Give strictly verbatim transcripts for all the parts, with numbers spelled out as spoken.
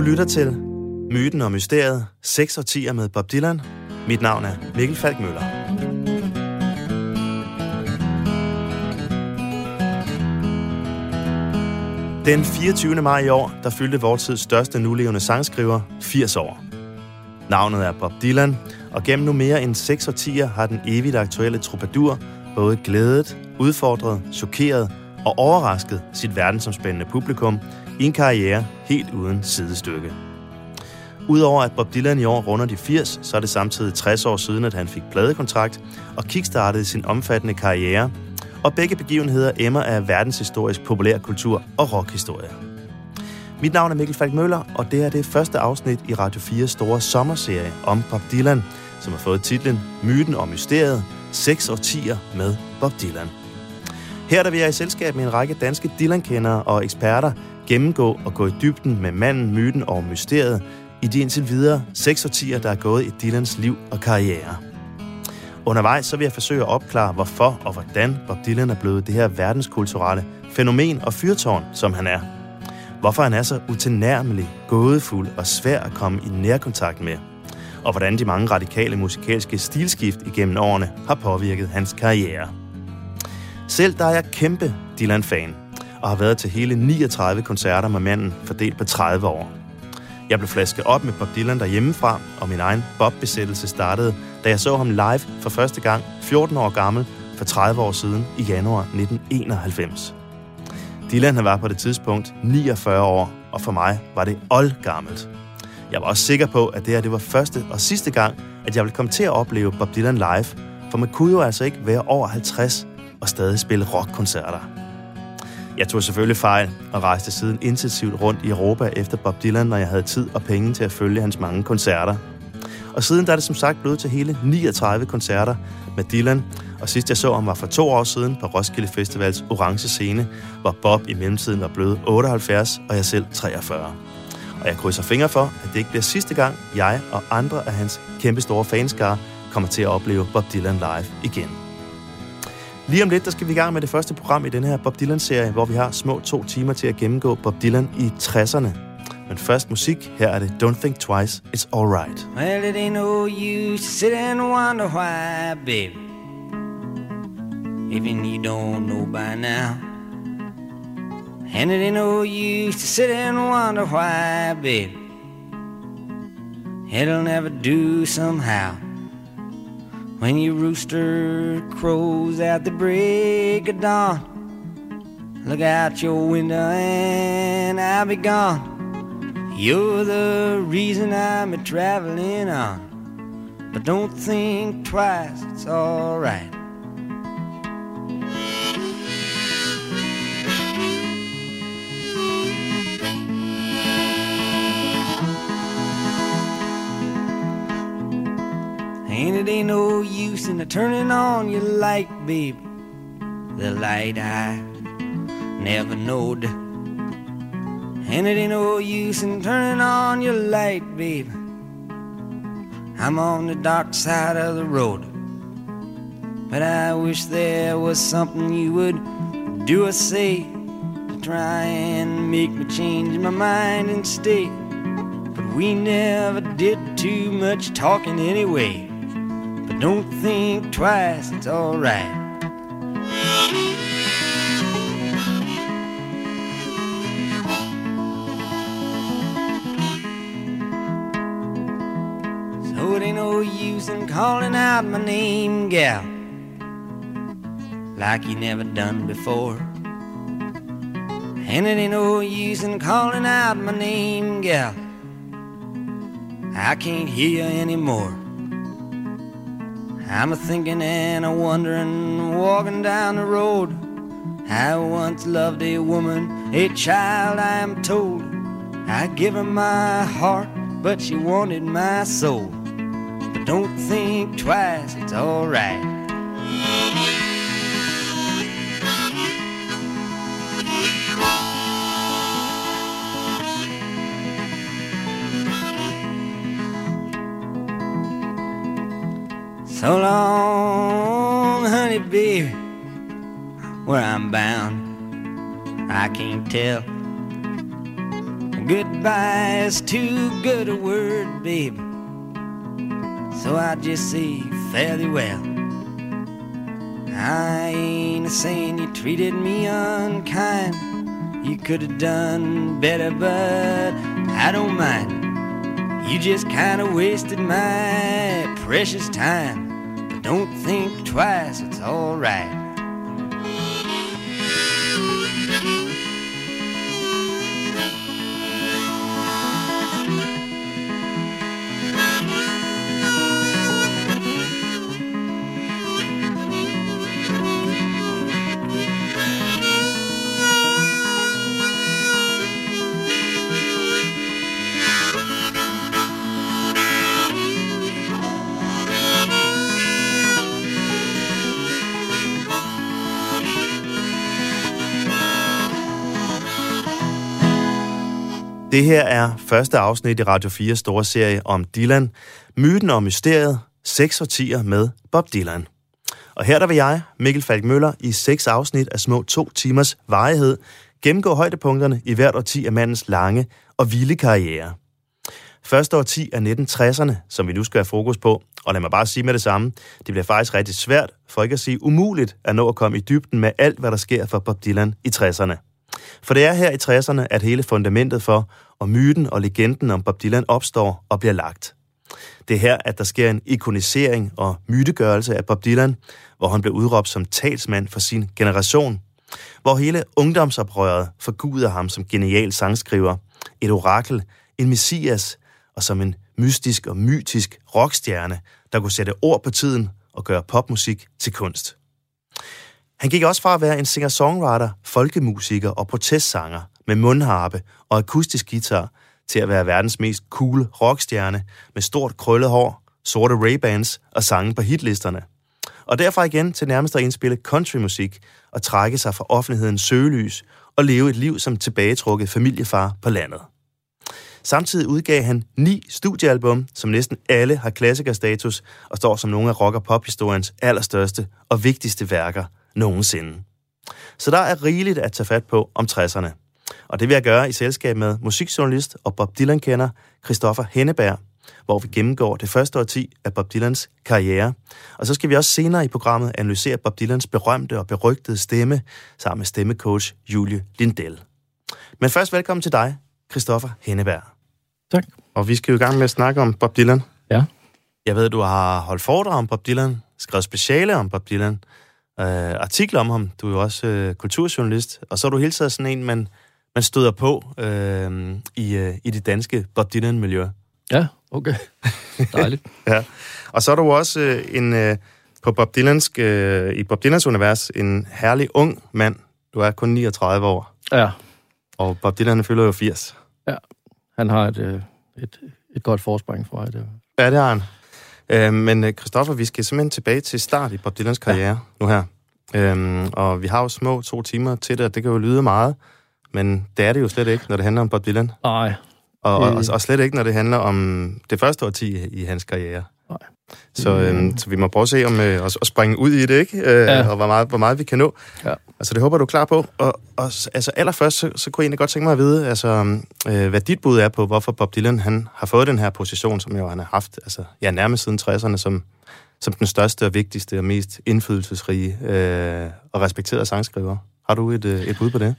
lytter til Myten og Mysteriet, seks årtier med Bob Dylan. Mit navn er Mikkel Falkmøller. Den fireogtyvende maj i år, der fyldte vores tids største nulevende sangskriver firs år. Navnet er Bob Dylan, og gennem nu mere end seks årtier har den evigt aktuelle troubadour både glædet, udfordret, chokeret og overrasket sit verdensomspændende publikum i en karriere helt uden sidestykke. Udover at Bob Dylan i år runder de firs, så er det samtidig tres år siden, at han fik pladekontrakt og kickstartede sin omfattende karriere, og begge begivenheder emmer af verdenshistorisk populærkultur og rockhistorie. Mit navn er Mikkel Falkmøller, og det er det første afsnit i Radio fires store sommerserie om Bob Dylan, som har fået titlen Myten og Mysteriet, seks årtier med Bob Dylan. Her der vil jeg i selskab med en række danske Dylan-kendere og eksperter gennemgå og gå i dybden med manden, myten og mysteriet i de indtil videre seks årtier, der er gået i Dylans liv og karriere. Undervejs så vil jeg forsøge at opklare, hvorfor og hvordan Bob Dylan er blevet det her verdenskulturelle fænomen og fyrtårn, som han er. Hvorfor han er så utilnærmelig, gådefuld og svær at komme i nærkontakt med. Og hvordan de mange radikale musikalske stilskift igennem årene har påvirket hans karriere. Selv der er jeg kæmpe Dylan-fan, og har været til hele niogtredive koncerter med manden fordelt på tredive år. Jeg blev flasket op med Bob Dylan derhjemmefra, og min egen Bob-besættelse startede, da jeg så ham live for første gang fjorten år gammel for tredive år siden i januar nitten enoghalvfems. Dylan var på det tidspunkt niogfyrre år, og for mig var det oldgammelt. Jeg var også sikker på, at det her det var første og sidste gang, at jeg ville komme til at opleve Bob Dylan live, for man kunne jo altså ikke være over halvtreds og stadig spille rockkoncerter. Jeg tog selvfølgelig fejl og rejste siden intensivt rundt i Europa efter Bob Dylan, når jeg havde tid og penge til at følge hans mange koncerter. Og siden der er det som sagt blevet til hele niogtredive koncerter med Dylan, og sidst jeg så ham var for to år siden på Roskilde Festivals orange scene, hvor Bob i mellemtiden var blevet otteoghalvfjerds og jeg selv treogfyrre. Og jeg krydser fingre for, at det ikke bliver sidste gang, jeg og andre af hans kæmpestore fanskare kommer til at opleve Bob Dylan live igen. Lige om lidt, der skal vi i gang med det første program i den her Bob Dylan-serie, hvor vi har små to timer til at gennemgå Bob Dylan i tresserne. Men først musik, her er det Don't Think Twice, It's Alright. Well, it ain't no use to sit and wonder why, baby, even you don't know by now. And it ain't no use to sit and wonder why, baby, it'll never do somehow. When your rooster crows at the break of dawn, look out your window and I'll be gone. You're the reason I'm a-traveling on, but don't think twice, it's alright. And it ain't no use in turning on your light, baby, the light I never knowed. And it ain't no use in turning on your light, baby, I'm on the dark side of the road. But I wish there was something you would do or say to try and make me change my mind and stay. But we never did too much talking anyway. But don't think twice, it's alright. So it ain't no use in calling out my name, gal, like you never done before. And it ain't no use in calling out my name, gal, I can't hear you anymore. I'm a-thinking and a-wondering, walking down the road. I once loved a woman, a child I am told. I give her my heart, but she wanted my soul. But don't think twice, it's alright. So long, honey, baby, where I'm bound, I can't tell. Goodbye is too good a word, babe, so I just say fairly well. I ain't saying you treated me unkind. You could have done better, but I don't mind. You just kind of wasted my precious time. But don't think twice, it's all right. Det her er første afsnit i Radio fires store serie om Dylan, myten og mysteriet, seks årtier med Bob Dylan. Og her der vil jeg, Mikkel Falk Møller, i seks afsnit af små to timers varighed, gennemgå højdepunkterne i hvert årti af mandens lange og vilde karriere. Første årti er nitten tresserne, som vi nu skal have fokus på, og lad mig bare sige med det samme, det bliver faktisk rigtig svært, for ikke at sige umuligt, at nå at komme i dybden med alt, hvad der sker for Bob Dylan i tresserne. For det er her i tresserne, at hele fundamentet for, og myten og legenden om Bob Dylan opstår og bliver lagt. Det er her, at der sker en ikonisering og mytegørelse af Bob Dylan, hvor han blev udråbt som talsmand for sin generation, hvor hele ungdomsoprøret forguder ham som genial sangskriver, et orakel, en messias og som en mystisk og mytisk rockstjerne, der kunne sætte ord på tiden og gøre popmusik til kunst. Han gik også fra at være en singer-songwriter, folkemusiker og protestsanger med mundharpe og akustisk guitar til at være verdens mest cool rockstjerne med stort krøllet hår, sorte Ray-Bans og sange på hitlisterne. Og derfra igen til nærmest at indspille countrymusik og trække sig fra offentlighedens søgelys og leve et liv som tilbagetrukket familiefar på landet. Samtidig udgav han ni studiealbum, som næsten alle har klassikerstatus og står som nogle af rock- og pophistoriens allerstørste og vigtigste værker nogensinde. Så der er rigeligt at tage fat på om tresserne. Og det vil jeg gøre i selskab med musikjournalist og Bob Dylan-kender Christoffer Henneberg, hvor vi gennemgår det første årti af Bob Dylans karriere. Og så skal vi også senere i programmet analysere Bob Dylans berømte og berygtede stemme sammen med stemmecoach Julie Lindell. Men først velkommen til dig, Christoffer Henneberg. Tak. Og vi skal jo i gang med at snakke om Bob Dylan. Ja. Jeg ved, du har holdt foredrag om Bob Dylan, skrevet speciale om Bob Dylan, øh, artikler om ham. Du er jo også øh, kulturjournalist, og så er du hele tiden sådan en, man, man støder på øh, i, øh, i det danske Bob Dylan-miljø. Ja, okay. Dejligt. Ja. Og så er du også øh, en, øh, på Bob Dylans, øh, i Bob Dylans univers en herlig ung mand. Du er kun niogtredive år. Ja. Og Bob Dylan fylder jo firs. Ja, han har et, et, et godt forspring for det. Ja, det har han. Øh, men Christoffer, vi skal simpelthen tilbage til start i Bob Dylans karriere ja. nu her. Øhm, og vi har jo små to timer til det, og det kan jo lyde meget, men det er det jo slet ikke, når det handler om Bob Dylan. Nej. Og, og, og slet ikke, når det handler om det første årti i hans karriere. Nej. Så, øhm, så vi må prøve at se om øh, at, at springe ud i det, ikke? Øh, ja. Og hvor meget, hvor meget vi kan nå. Ja. Altså, det håber du er klar på. Og, og altså, allerførst, så, så kunne jeg egentlig godt tænke mig at vide, altså, øh, hvad dit bud er på, hvorfor Bob Dylan han har fået den her position, som jo han har haft, altså, ja, nærmest siden tresserne, som, som den største og vigtigste og mest indflydelsesrige øh, og respekterede sangskriver. Har du et, et bud på det?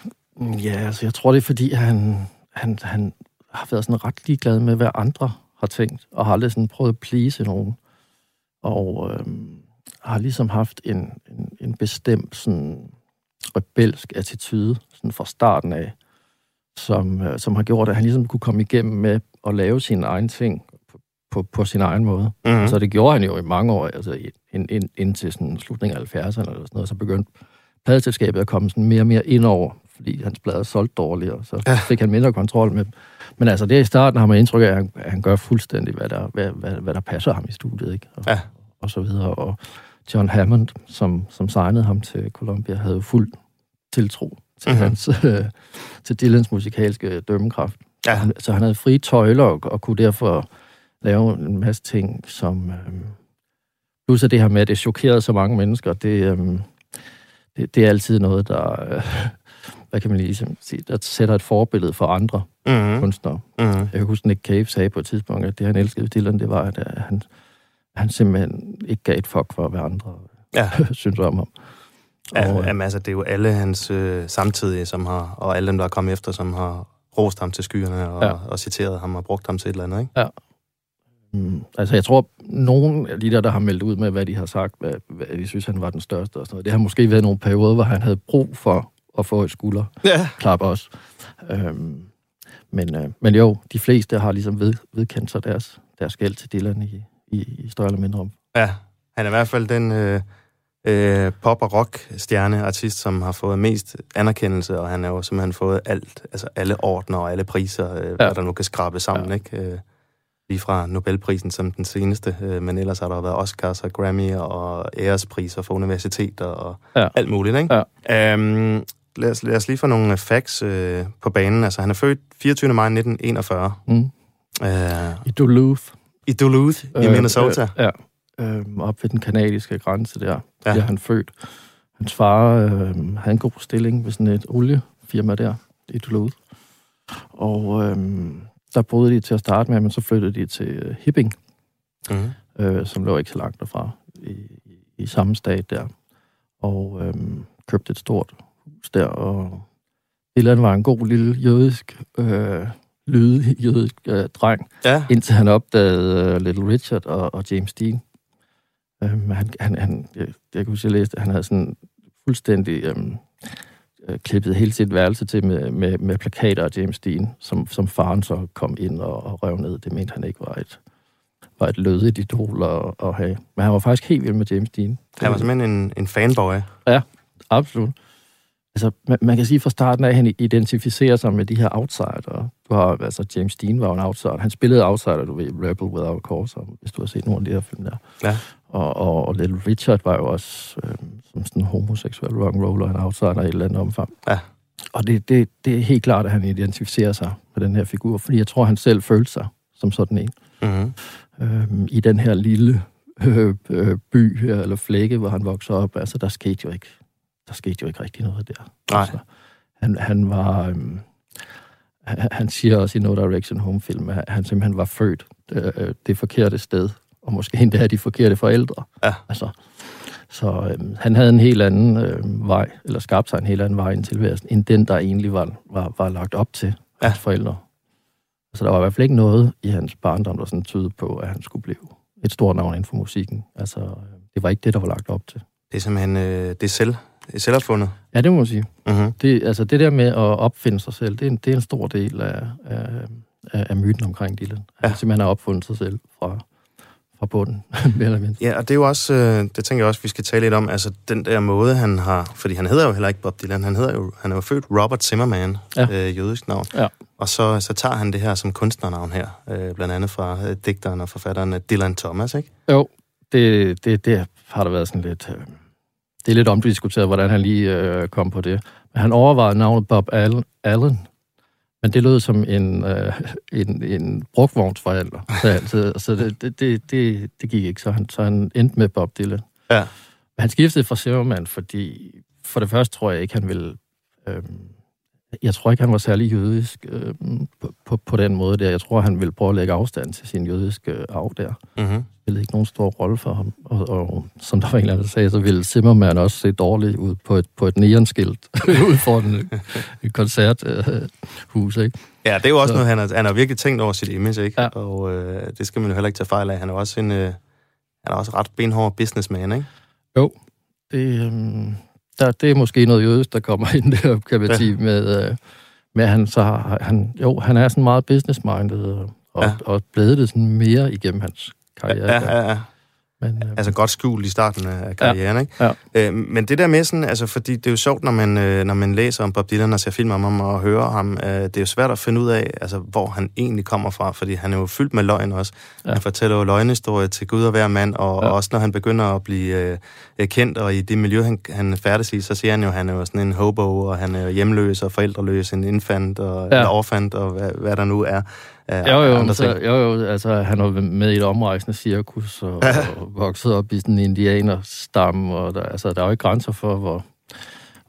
Ja, altså, jeg tror, det er, fordi han, han, han har været sådan ret ligeglad med, hvad andre har tænkt, og har aldrig sådan prøvet at please nogen. Og øhm, har ligesom haft en, en, en bestemt sådan rebelsk attitude sådan fra starten af, som, øh, som har gjort, at han ligesom kunne komme igennem med at lave sine egne ting på, på, på sin egen måde. Mm-hmm. Så det gjorde han jo i mange år, altså ind, ind, indtil sådan slutningen af halvfjerdserne eller sådan noget, så begyndte pladeselskabet at komme sådan mere og mere ind over, fordi hans plader solgte dårligere, så ja. fik han mindre kontrol med. Men altså, det i starten har man indtryk af, at han, at han gør fuldstændig, hvad der, hvad, hvad, hvad der passer ham i studiet, ikke? Og, ja. og så videre. Og John Hammond, som, som signede ham til Columbia, havde jo fuld tiltro til, mm-hmm. hans, øh, til Dylans musikalske dømmekraft. Ja. Så, han, så han havde frie tøjler og, og kunne derfor lave en masse ting, som... Øh, plus af det her med, at det chokerede så mange mennesker, det, øh, det, det er altid noget, der... Øh, hvad kan man lige sige, der sætter et forbillede for andre. mm-hmm. kunstnere. Mm-hmm. Jeg kan huske, Nick Cave sagde på et tidspunkt, at det, han elskede Dylan, det var, at han, han simpelthen ikke gav et fuck for, hvad andre ja. synes om ham. Ja, og, jamen, altså, det er jo alle hans øh, samtidige, som har, og alle dem, der er kommet efter, som har rost ham til skyerne og, ja. og citeret ham og brugt ham til et eller andet, ikke? Ja. Mm, altså, jeg tror, nogen af de der, der har meldt ud med, hvad de har sagt, hvad, hvad de synes, han var den største og sådan noget, det har måske været nogle perioder, hvor han havde brug for at få et skulder. Ja. Klap også. Øhm, men, øh, men jo, de fleste har ligesom ved, vedkendt sig deres, deres gæld til Dylan i, i, i større eller mindre om. Ja, han er i hvert fald den øh, øh, pop- og rock-stjerne-artist, som har fået mest anerkendelse, og han har jo simpelthen fået alt, altså alle ordner og alle priser, øh, ja. hvad der nu kan skrabe sammen, ja. ikke? Øh, lige fra Nobelprisen som den seneste, øh, men ellers har der været Oscars og Grammy og ærespriser for universiteter og ja. alt muligt, ikke? Ja. Øhm, lad, os, lad os lige få nogle facts øh, på banen. Altså, han er født fireogtyvende maj nitten enogfyrre. Mm. Øh, I Duluth. I Duluth, øh, i Minnesota. Øh, ja, øh, op ved den kanadiske grænse der, der ja. er han født. Hans far øh, havde en god stilling ved sådan et oliefirma der i Duluth. Og øh, der boede de til at starte med, men så flyttede de til uh, Hibbing, mm. øh, som lå ikke så langt derfra, i, i, i samme stat der. Og øh, købte et stort hus der, og Dylan var en god lille jødisk, øh, lydig jødisk øh, dreng, ja. indtil han opdagede uh, Little Richard og, og James Dean. Øh, han, han, han, jeg, jeg kunne huske, jeg læste, han havde sådan fuldstændig... Øh, klippet hele sit værelse til med, med, med plakater af James Dean, som, som faren så kom ind og, og rev ned. Det mente han ikke var et, var et lødigt idol at, at have. Men han var faktisk helt vild med James Dean. Han var simpelthen en, en fanboy. Ja, absolut. Altså, man, man kan sige fra starten af, at han identificerer sig med de her outsider. Du har, altså, James Dean var en outsider. Han spillede outsider, du ved, Rebel Without Cause, hvis du har set nogle af de her film der. Ja. Og, og, og Little Richard var jo også øh, som sådan en homoseksuel rock'n'roller, en outsider i et eller andet omfang. Ja. Og det, det, det er helt klart, at han identificerer sig med den her figur, fordi jeg tror, han selv følte sig som sådan en. Mm-hmm. Øhm, I den her lille øh, øh, by eller flække, hvor han voksede op, altså der skete jo ikke, der skete jo ikke rigtig noget der. Nej. Altså, han, han var... Øhm, han, han siger også i No Direction Home-film, at han simpelthen var født øh, det forkerte sted, og måske endda af de forkerte forældre. Ja. Altså, så øhm, han havde en helt anden øh, vej, eller skabte sig en helt anden vej i tilværelsen, end den, der egentlig var, var, var lagt op til ja. hans forældre. Så der var i hvert fald ikke noget i hans barndom, der sådan tydede på, at han skulle blive et stort navn inden for musikken. Altså, det var ikke det, der var lagt op til. Det er simpelthen, øh, det er selv, det er selvopfundet. Ja, det må man sige. Uh-huh. Det, altså, det der med at opfinde sig selv, det er en, det er en stor del af, af, af myten omkring Dylan. Ja. Han simpelthen har opfundet sig selv fra... fra bunden, mere eller mindre. Ja, og det er jo også, øh, det tænker jeg også, vi skal tale lidt om, altså den der måde, han har, fordi han hedder jo heller ikke Bob Dylan, han hedder jo, han er jo født Robert Zimmerman, ja. øh, jødisk navn, ja. og så, så tager han det her som kunstnernavn her, øh, blandt andet fra øh, digteren og forfatteren Dylan Thomas, ikke? Jo, det, det, det har der været sådan lidt, øh, det er lidt omdiskuteret, hvordan han lige øh, kom på det. Men han overvejede navnet Bob Allen, Allen. Men det lød som en, øh, en, en brugtvognsforælder. Så, så det, det, det, det gik ikke, så han, så han endte med Bob Dylan. Ja. Men han skiftede fra Zimmerman, fordi for det første tror jeg ikke, han ville... Øh, jeg tror ikke, han var særlig jødisk øh, på, på, på den måde der. Jeg tror, han ville prøve at lægge afstand til sin jødiske arv der. Mm-hmm. Det spillede ikke nogen stor rolle for ham. Og, og som der var en eller anden, der sagde, så ville Zimmerman også se dårligt ud på et, på et neonskilt ude foran et koncerthus, ikke? Ja, det er jo også så. noget, han har, han har virkelig tænkt over sit image, ikke? Ja. Og øh, det skal man jo heller ikke tage fejl af. Han er også en, øh, han er også ret benhård businessman, ikke? Jo, det... Øh, Der, det er måske noget jødisk, der kommer ind der, kan man sige, med, øh, med han så har, han, jo, han er sådan meget business-minded, og, ja. og blevet det sådan mere igennem hans karriere. Ja, ja, ja. Men, øh, altså godt skjult i starten af karrieren, ja, ikke? Ja. Øh, men det der med sådan, altså fordi det er jo sjovt, når man, øh, når man læser om Bob Dylan og ser film om ham og hører ham, øh, det er jo svært at finde ud af, altså hvor han egentlig kommer fra, fordi han er jo fyldt med løgn også. Ja. Han fortæller jo løgnhistorier til Gud og hver mand, og, ja. og også når han begynder at blive øh, kendt, og i det miljø, han, han færdes i, så siger han jo, at han er jo sådan en hobo, og han er jo hjemløs og forældreløs, en infant og ja. orfant, og hvad, hvad der nu er. Ja, jo, jo, så, jo, jo, altså han var med i et omrejsende cirkus og, og vokset op i sådan en indianerstamme, og der, altså, der er jo ikke grænser for, hvor,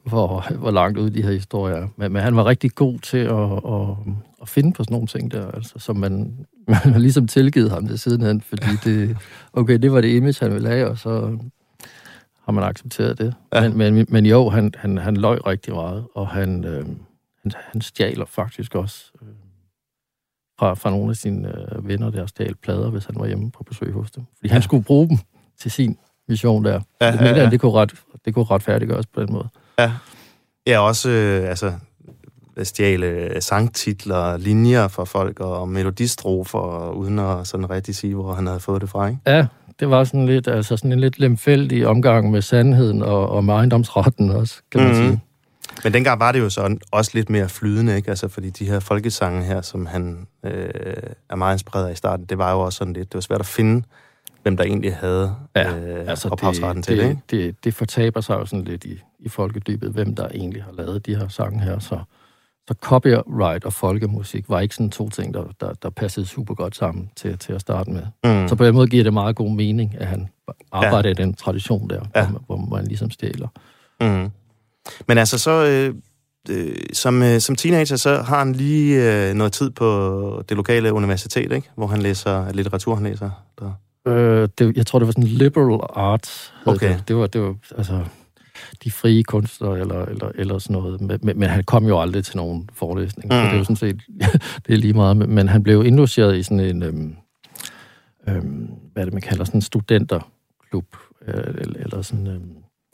hvor, hvor langt ude de her historier er. Men, men han var rigtig god til at, at, at finde på sådan nogle ting der, altså, som man, man har ligesom tilgivet ham til sidenhen, fordi det, okay, det var det image, han ville have, og så har man accepteret det. Ja. Men, men, men jo, han, han, han løg rigtig meget, og han, øh, han, han stjæler faktisk også øh, fra, fra nogle af sine øh, venner, der stjal plader, hvis han var hjemme på besøg hos dem. Fordi ja. han skulle bruge dem til sin mission der. Ja, ja, ja. Det, det, kunne ret, det kunne retfærdiggøres på den måde. Ja, ja også øh, altså, stjæle sangtitler, linjer for folk, og melodistrofer, uden at sådan rigtig sige, hvor han havde fået det fra, ikke? Ja, det var sådan lidt, altså sådan en lidt lemfældig omgang med sandheden og, og med ejendomsretten også, kan man mm-hmm. sige. Men dengang var det jo så også lidt mere flydende, ikke? Altså, fordi de her folkesange her, som han øh, er meget inspireret af i starten, det var jo også sådan lidt, det var svært at finde, hvem der egentlig havde ja, øh, altså ophavsretten til det, det, ikke? Det, det fortaber sig jo sådan lidt i, i folkedybet, hvem der egentlig har lavet de her sange her, så, så copyright og folkemusik var ikke sådan to ting, der, der, der passede super godt sammen til, til at starte med. Mm. Så på den måde giver det meget god mening, at han arbejder ja. i den tradition der, ja. hvor, hvor man ligesom stjæler. Mm. Men altså så, øh, øh, som, øh, som teenager, så har han lige øh, noget tid på det lokale universitet, ikke? Hvor han læser litteratur, han læser der. Øh, det, jeg tror, det var sådan liberal arts. Okay. Det. det var, det var altså de frie kunstnere eller, eller, eller sådan noget. Men, men, men han kom jo aldrig til nogen forelæsning. Mm. Så det er jo sådan set, det er lige meget. Men han blev indlogeret i sådan en, øhm, øhm, hvad det man kalder, sådan en studenterklub. Øh, eller, eller sådan, øhm,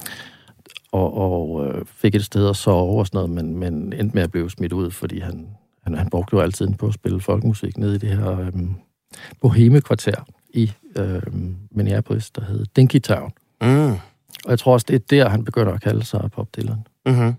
og, og øh, fik et sted at sove og sådan noget, men, men endte med at blive smidt ud, fordi han, han, han brugte jo altid på at spille folkemusik nede i det her øhm, boheme-kvarter i øh, Minneapolis, der hed Dinkytown. Mm. Og jeg tror også, det er der, han begynder at kalde sig Bob Dylan. Mm-hmm.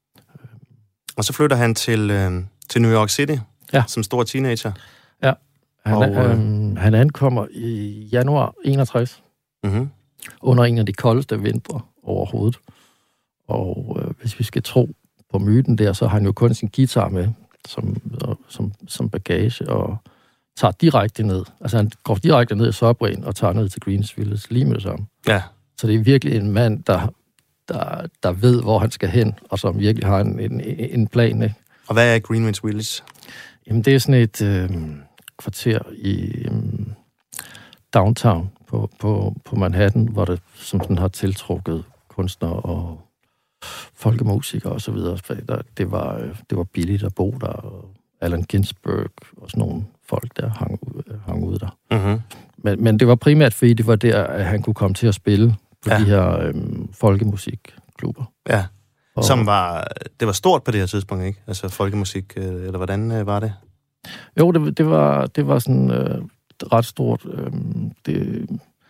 Og så flytter han til, øh, til New York City, ja. som stor teenager. Ja, han, og, øh, øh, han ankommer i januar enogtres, mm-hmm. under en af de koldeste vintre overhovedet. Og øh, hvis vi skal tro på myten der, så har han jo kun sin guitar med, som, som, som bagage, og tager direkte ned. Altså han går direkte ned i Subwayen og tager ned til Greenwich Village lige med det samme. Ja. Så det er virkelig en mand, der, der, der ved, hvor han skal hen, og som virkelig har en, en, en plan. Ikke? Og hvad er Greenwich Village? Jamen det er sådan et øh, kvarter i øh, downtown på, på, på Manhattan, hvor det som sådan har tiltrukket kunstnere og folkemusikere og så videre. Det var, det var billigt at bo der, og Allen Ginsberg og sådan nogle folk, der hang, hang ude der. Mm-hmm. Men, men det var primært, fordi det var der, at han kunne komme til at spille på ja. de her øhm, folkemusikklubber. Ja, og, som var, det var stort på det her tidspunkt, ikke? Altså folkemusik, øh, eller hvordan øh, var det? Jo, det, det, var, det var sådan øh, ret stort. Øh, det,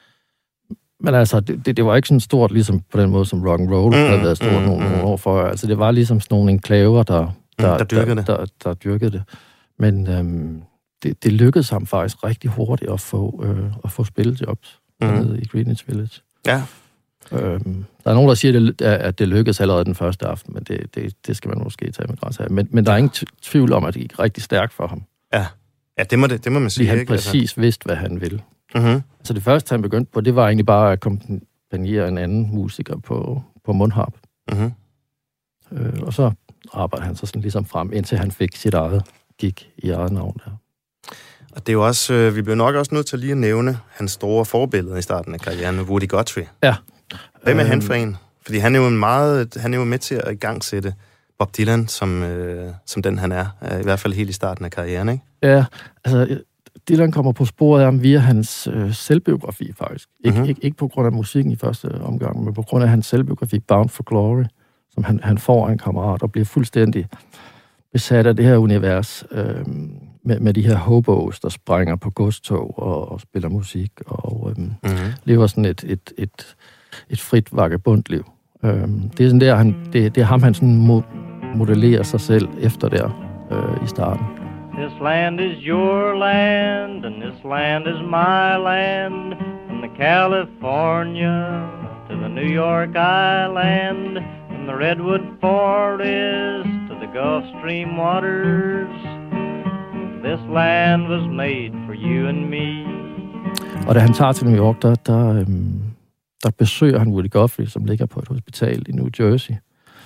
men altså, det, det, det var ikke sådan stort, ligesom på den måde, som rock and roll mm, havde været stort mm, nogle, mm. nogle år før. Altså, det var ligesom sådan nogle enklaver, der Der, der, dyrkede der, der, der dyrkede det. Men øhm, det, det lykkedes ham faktisk rigtig hurtigt at få, øh, at få spillejobs mm. nede i Greenwich Village. Ja. Øhm, der er nogen, der siger, at det lykkedes allerede den første aften, men det, det, det skal man måske tage med græs af. Men, men der er ingen tvivl om, at det gik rigtig stærkt for ham. Ja, ja det, må det, det må man sige. Fordi han ikke? præcis altså. vidste, hvad han ville. Mm-hmm. Så det første, han begyndte på, det var egentlig bare at akkompagnere en anden musiker på, på mundharp. Mm-hmm. Øh, og så arbejder han så sådan ligesom frem, indtil han fik sit eget gig i eget navn der. Og det er jo også, øh, vi bliver nok også nødt til lige at nævne hans store forbillede i starten af karrieren, Woody Guthrie. Ja. Hvem er øhm, han for en? Fordi han er jo en meget, han er jo med til at igangsætte Bob Dylan, som, øh, som den han er, i hvert fald helt i starten af karrieren, ikke? Ja, altså Dylan kommer på sporet af ham via hans øh, selvbiografi faktisk. Ik- mm-hmm. ikke, ikke på grund af musikken i første omgang, men på grund af hans selvbiografi, Bound for Glory, som han, han får af en kammerat, og bliver fuldstændig besat af det her univers, øh, med, med de her hobos, der sprænger på godstog og, og spiller musik, og øh, mm-hmm. lever sådan et, et, et, et frit vagabundliv. Øh, det er sådan der, han, det, det er ham, han sådan mo- modellerer sig selv efter der øh, i starten. This land is your land, and this land is my land, from the California to the New York Island, from the Redwood Forest to the Gulf Stream waters. This land was made for you and me. Og da han tager til New York, der, der, øhm, der besøger han Woody Guthrie, som ligger på et hospital i New Jersey.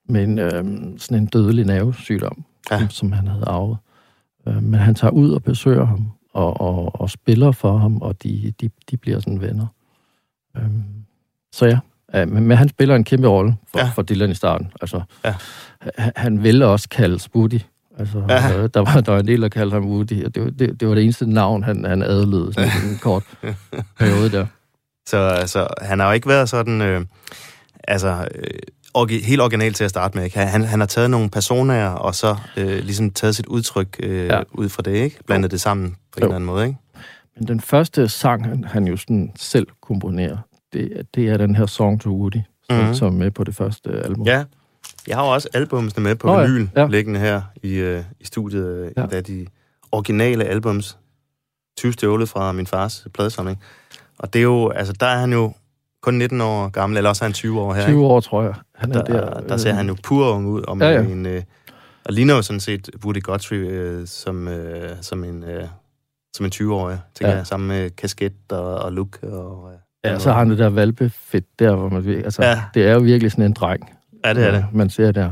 med en, øh, sådan en dødelig nervesygdom, Ja. som, som han havde arvet. Øh, men han tager ud og besøger ham, og, og, og spiller for ham, og de, de, de bliver sådan venner. Øh, så ja, ja men, men han spiller en kæmpe rolle for, Ja. for Dylan i starten. Altså, Ja. han, han ville også kaldes Woody. Altså, Ja. øh, der, var, der var en del, der kaldte ham Woody, og det, var- det, det var det eneste navn, han, han adlød sådan en kort periode der. Så altså, han har jo ikke været sådan, øh, altså, øh, orgi- helt original til at starte med, ikke? Han, han har taget nogle personer, og så øh, ligesom taget sit udtryk øh, Ja. ud fra det, ikke? Blandet det sammen på en Jo. eller anden måde, ikke? Men den første sang, han, han jo sådan selv komponerer, det, det er den her Song to Woody, som, Mhm. mm-hmm. som er med på det første album. Ja. Jeg har jo også albumsene med på Nå ja, vinyl, ja. liggende her i, øh, i studiet. Øh, Ja. ja. De originale albums, tyve stjålet fra min fars pladesamling. Og det er jo, altså der er han jo kun nitten år gammel, eller også er han tyve år her, ikke? tyve år, tror jeg. Han er Der, der, der ser han jo pur ung ud, og, Ja, ja. en, øh, og ligner jo sådan set Woody Guthrie øh, som, øh, som, en, øh, som en tyve-årig, tænker Ja. jeg, sammen med kasket og, og look. Og, øh, Ja, så har han det der valpefedt der, hvor man altså, Ja. ja. det er jo virkelig sådan en dreng. Ja, det er det. Man ser der.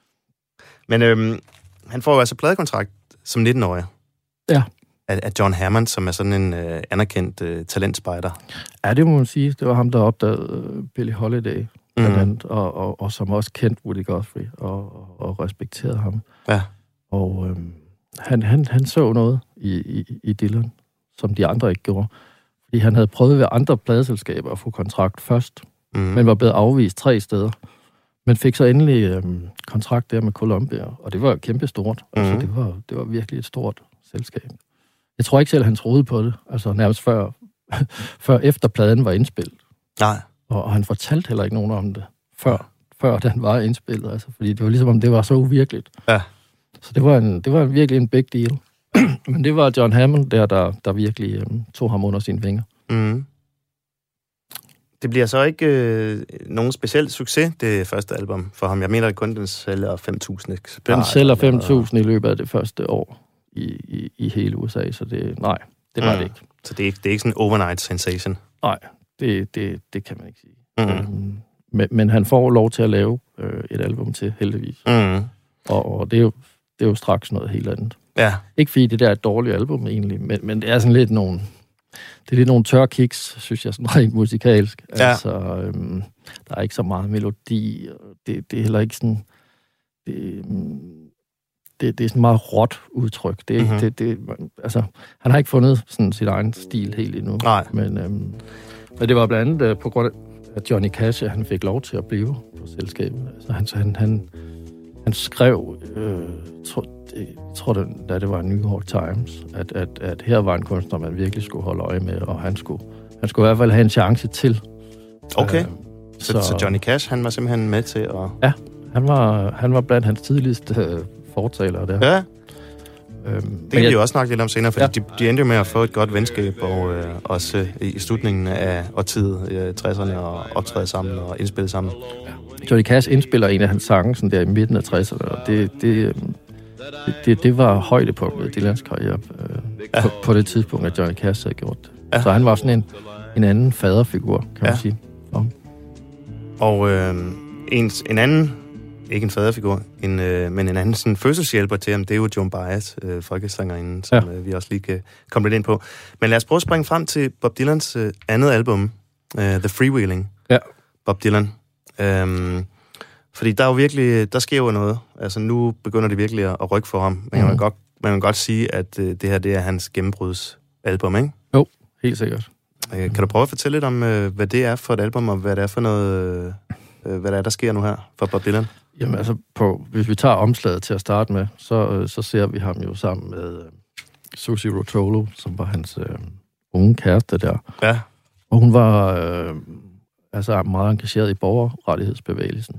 Men øhm, han får jo altså pladekontrakt som nitten-årig. Ja. Af, af John Hammond, som er sådan en øh, anerkendt øh, talentspejder. Ja, det må man sige. Det var ham, der opdagede uh, Billie Holiday, blandt Mhm. andet, og, og, og som også kendte Woody Guthrie og, og, og respekterede ham. Ja. Og øhm, han, han, han så noget i, i, i Dylan, som de andre ikke gjorde. Fordi han havde prøvet ved andre pladeselskaber at få kontrakt først, Mm. men var blevet afvist tre steder. Men fik så endelig øhm, kontrakt der med Columbia, og det var kæmpe stort. Mhm. Altså, det var, det var virkelig et stort selskab. Jeg tror ikke selv, han troede på det, altså nærmest før, før efter pladen var indspillet. Nej. Og, og han fortalte heller ikke nogen om det, før, før den var indspillet, altså, fordi det var ligesom, om det var så uvirkeligt. Ja. Så det var, en, det var virkelig en big deal. Men det var John Hammond der, der, der virkelig øhm, tog ham under sine vinger. Mm. Det bliver så ikke øh, nogen speciel succes, det første album for ham. Jeg mener, at kun den sælger fem tusind eksemplarer. Den sælger fem tusind i løbet af det første år i, i, i hele U S A, så det, nej, det var Mm. det ikke. Så det er, ikke, det er ikke sådan en overnight sensation. Nej, det, det, det kan man ikke sige. Mm. Øhm, men, men han får lov til at lave øh, et album til, heldigvis. Mm. Og, og det, er jo, det er jo straks noget helt andet. Ja. Ikke fordi det der er et dårligt album egentlig, men, men det er sådan lidt nogle... Det er lidt nogle tør kicks, synes jeg, sådan rent musikalsk. Ja. Altså, øhm, der er ikke så meget melodi, og det, det er heller ikke sådan... Det, øhm, det, det er sådan meget råt udtryk. Det, er ikke- Mhm. det, det, altså, han har ikke fundet sådan sin egen stil helt endnu. Nej. Men, øhm, men det var blandt andet øh, på grund af, at Johnny Cash, han fik lov til at blive på selskabet. Altså, han, han, han, han skrev, øh, tro, det, jeg tror, det, da det var New York Times, at, at, at her var en kunstner, man virkelig skulle holde øje med, og han skulle, han skulle i hvert fald have en chance til. Okay. Øh, Så, så, så Johnny Cash, han var simpelthen med til at... Ja, han var, han var blandt hans tidligste øh, fortalere der. Ja, Øhm, det kan vi jo også snakke lidt om senere, fordi Ja. de, de endte jo med at få et godt venskab, og øh, også øh, i slutningen af årtiet, øh, tresserne, og optræde sammen og indspille sammen. Johnny Cash indspiller en af hans sange sådan der i midten af tresserne, og det, det, øhm, det, det, det var højdepunktet i Dylans karriere øh, Ja. på, på det tidspunkt, at Johnny Cash havde gjort det. Ja. Så han var sådan en, en anden faderfigur, kan Ja. man sige. Om. Og øh, en, en anden, ikke en faderfigur, en, øh, men en anden sådan fødselshjælper til ham, det er jo Joan Baez, øh, folkesangerinden, som ja. øh, vi også lige kan komme lidt ind på. Men lad os prøve at springe frem til Bob Dylans øh, andet album, øh, The Freewheeling. Ja. Bob Dylan. Øhm, fordi der er jo virkelig, der sker jo noget. Altså nu begynder det virkelig at rykke for ham. Men mm. man, kan godt, man kan godt sige, at øh, det her, det er hans gennembrudsalbum, ikke? Jo, helt sikkert. Øh, kan du prøve at fortælle lidt om, øh, hvad det er for et album, og hvad det er for noget, øh, hvad der er, der sker nu her for Bob Dylan? Jamen altså, på, hvis vi tager omslaget til at starte med, så, øh, så ser vi ham jo sammen med øh, Susie Rotolo, som var hans øh, unge kæreste der. Ja. Og hun var øh, altså meget engageret i borgerrettighedsbevægelsen.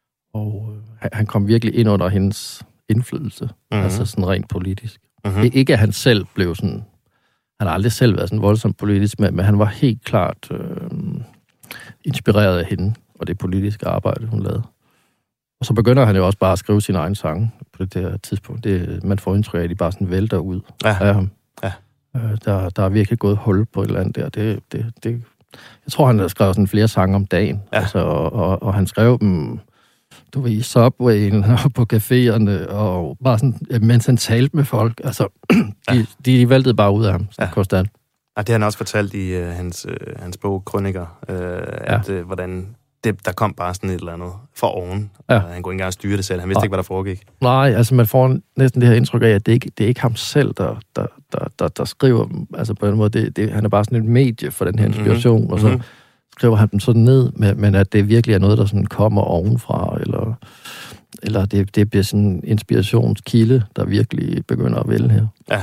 Og øh, han- han kom virkelig ind under hendes indflydelse, Mhm. altså sådan rent politisk. Mm-hmm. Det, ikke at han selv blev sådan... Han har aldrig selv været sådan voldsomt politisk, men, men han var helt klart øh, inspireret af hende og det politiske arbejde, hun lavede. Og så begynder han jo også bare at skrive sine egne sange på det der tidspunkt. Det, man får indtryk af, at de bare sådan vælter ud Ja. af ham. Ja. Øh, der, der er virkelig gået hul på et eller andet der. Det, det, det, jeg tror, han har skrevet sådan flere sange om dagen. Ja. Altså, og, og, og han skrev dem du ved, i Subwayen og på caféerne, og bare sådan, mens han talte med folk. Altså, de, ja. de væltede bare ud af ham, ja. konstant. Og det har han også fortalt i uh, hans, uh, hans bog, Krøniker, uh, ja. at uh, hvordan det, der kom bare sådan et eller andet for oven. Ja. Uh, han kunne ikke engang styre det selv. Han vidste ja. ikke, hvad der foregik. Nej, altså man får næsten det her indtryk af, at det ikke det er ikke ham selv, der, der, der, der, der skriver dem. Altså på en måde, det, det, han er bare sådan et medie for den her inspiration, mm-hmm. og så skriver han dem sådan ned, men, men at det virkelig er noget, der sådan kommer ovenfra, eller, eller det, det bliver sådan en inspirationskilde, der virkelig begynder at vælge her. Ja.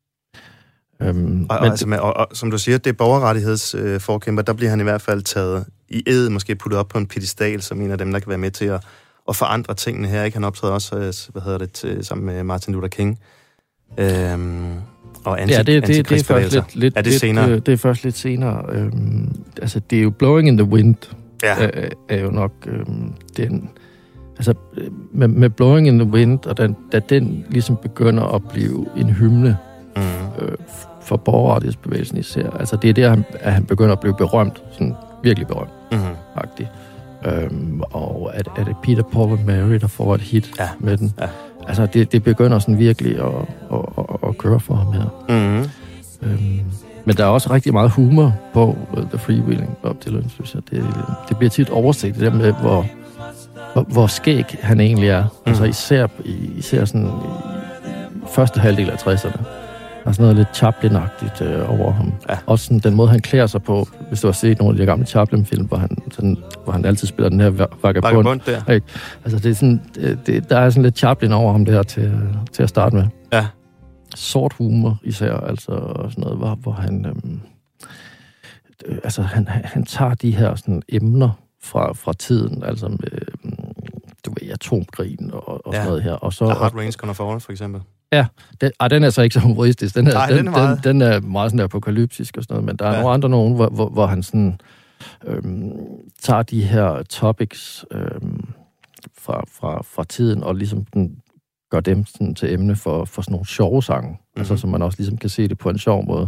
Øhm, og, og, altså med, og, og som du siger, det er borgerrettighedsforkæmper, øh, der bliver han i hvert fald taget i ed, måske puttet op på en pedestal, som en af dem, der kan være med til at, at forandre tingene her. Ikke? Han optræder også, hvad hedder det, til, sammen med Martin Luther King. Øhm, og anti, ja, det, det, det er først lidt, lidt, er det senere? Lidt, det er først lidt senere. Øhm, altså, det er jo Blowing in the Wind, ja. er, er jo nok øhm, den... Altså, med, med Blowing in the Wind, og den, da den ligesom begynder at blive en hymne, mm. øh, for borgerrettighedsbevægelsen især. Altså, det er der, han, at han begynder at blive berømt. Sådan virkelig berømt. Mm-hmm. Øhm, og er, er det Peter, Paul and Mary, der får et hit ja. med den? Ja. Altså, det, det begynder sådan virkelig at, at, at, at køre for ham her. Mm-hmm. Øhm, men der er også rigtig meget humor på uh, The Freewheeling Bob Dylan, synes jeg. Det, det bliver tit overset, det der med, hvor, hvor, hvor skæg han egentlig er. Mm-hmm. Altså, især, især sådan i første halvdel af tresserne. Der er sådan noget lidt Chaplin-agtigt øh, over ham. Ja. Også sådan, den måde, han klæder sig på, hvis du har set nogle af de gamle Chaplin-film, hvor han, sådan, hvor han altid spiller den her vagabond. Vagabond, der. Ikke? Altså, det er sådan, det, det, der er sådan lidt Chaplin over ham der til, til at starte med. Ja. Sort humor især, altså sådan noget, hvor, hvor han... Øhm, øh, altså, han, han tager de her sådan, emner fra, fra tiden, altså med, øh, du ved, atomkrigen og, og ja. sådan noget her. Og så... The Hard Rain's Gonna Fall, for eksempel. Ja, den, ah, den er så ikke så humoristisk. Den er, Nej, den, den, er meget... den, den er meget sådan apokalyptisk og sådan noget, men der er ja. nogle andre nogen, hvor, hvor, hvor han sådan øhm, tager de her topics øhm, fra, fra, fra tiden og ligesom den, gør dem sådan, til emne for, for sådan nogle sjove sange, mm-hmm. altså så man også ligesom kan se det på en sjov måde.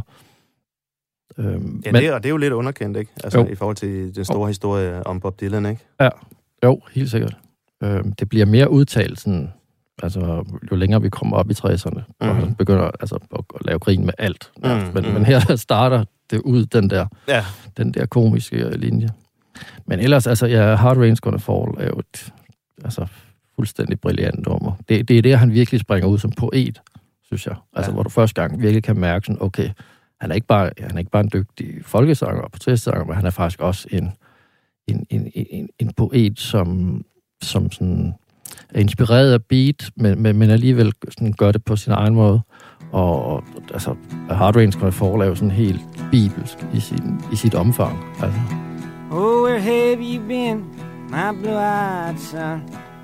Øhm, ja, men, det, er, det er jo lidt underkendt, ikke? Altså jo. I forhold til den store jo. historie om Bob Dylan, ikke? Ja, jo, helt sikkert. Øhm, det bliver mere udtalt sådan... Altså, jo længere vi kommer op i tresserne, mm. og han begynder altså, at, at lave grin med alt. Mm, men, mm. men her starter det ud, den der, ja. den der komiske linje. Men ellers, altså, ja, Hard Rain's Gonna Fall er jo et altså, fuldstændig brilliant nummer. Det, det er det, han virkelig springer ud som poet, synes jeg. Altså, ja. hvor du første gang virkelig kan mærke sådan, okay, han er ikke bare, han er ikke bare en dygtig folkesanger og portrætsanger, men han er faktisk også en, en, en, en, en poet, som, som sådan... er inspireret af beat, men, men, men alligevel sådan gør det på sin egen måde. Og, og altså, Hard Rain's Gonna Fall er jo sådan helt bibelsk i, sin, i sit omfang. Altså. Oh, where have you been, my blue-eyed son?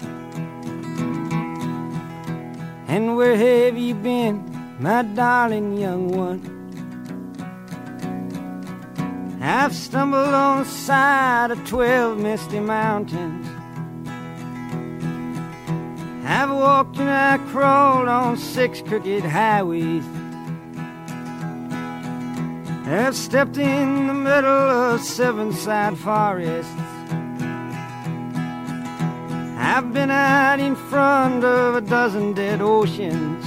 And where have you been, my darling young one? I've stumbled on the side of twelve misty mountains. I've walked and I crawled on six crooked highways. I've stepped in the middle of seven sad forests. I've been out in front of a dozen dead oceans.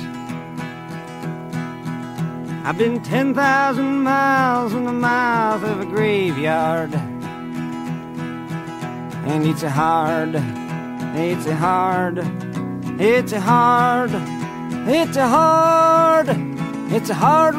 I've been ten thousand miles in the mouth of a graveyard. And it's a hard, it's a hard, it's a hard, it's a hard, it's a hard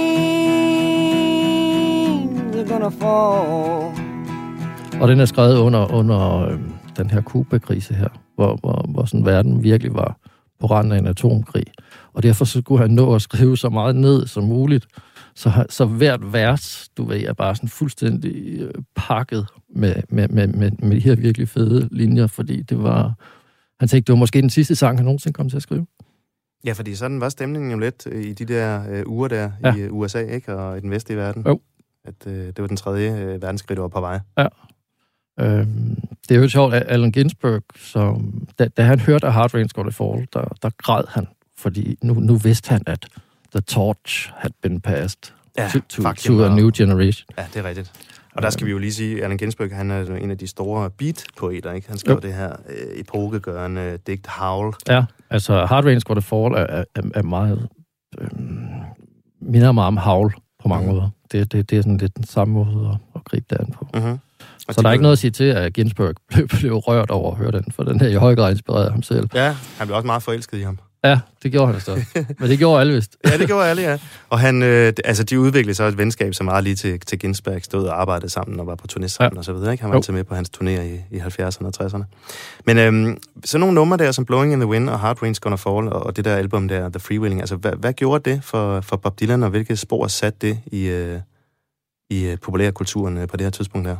rain you're gonna fall. Og den er skrevet under, under øh, den her Kuba-krise her, hvor, hvor, hvor sådan verden virkelig var på randen af en atomkrig. Og derfor så skulle han nå at skrive så meget ned som muligt. Så, så hvert vers, du ved, er bare sådan fuldstændig øh, pakket med, med, med, med, med de her virkelig fede linjer, fordi det var... Han tænkte, det var måske den sidste sang, han nogensinde kom til at skrive. Ja, fordi sådan var stemningen jo lidt i de der øh, uger der ja. i U S A, ikke? Og i den vestlige verden. Jo. At øh, det var den tredje øh, verdenskrig, der var på vej. Ja. Øhm, det er jo sjovt, at Allen Ginsberg, som, da, da han hørte, at Hard Rain's Gonna Fall, der, der græd han, fordi nu, nu vidste han, at the torch had been passed ja, to, to, to a new generation. Ja, det er rigtigt. Og der skal vi jo lige sige, at Allen Ginsberg, han er en af de store beat-poeter, ikke? Han skrev jo det her øh, epokegørende digt Howl. Ja, altså Hard Rain's Gonna Fall er, er, er meget... Øh, minder mig om Howl på mange mm. måder. Det, det, det er sådan lidt den samme måde at, at gribe det an på. Mm-hmm. Så der er blev... ikke noget at sige til, at Ginsberg blev, blev rørt over at høre den, for den her i høj grad inspirerede ham selv. Ja, han blev også meget forelsket i ham. Ja, det gjorde han så. Men det gjorde alle vist. Ja, det gjorde alle, ja. Og han, øh, altså, de udviklede så et venskab, som meget lige til, til Ginsberg stod og arbejdede sammen og var på turné sammen ja. og så videre. Ikke? Han var altid med på hans turnéer i, i halvfjerdserne og tresserne. Men øhm, så nogle numre der, som Blowing in the Wind og Hard Rain's Gonna Fall, og, og det der album der, The Freewheeling, altså hvad, hvad gjorde det for, for Bob Dylan, og hvilke spor satte det i, øh, i øh, populærkulturen øh, på det her tidspunkt der?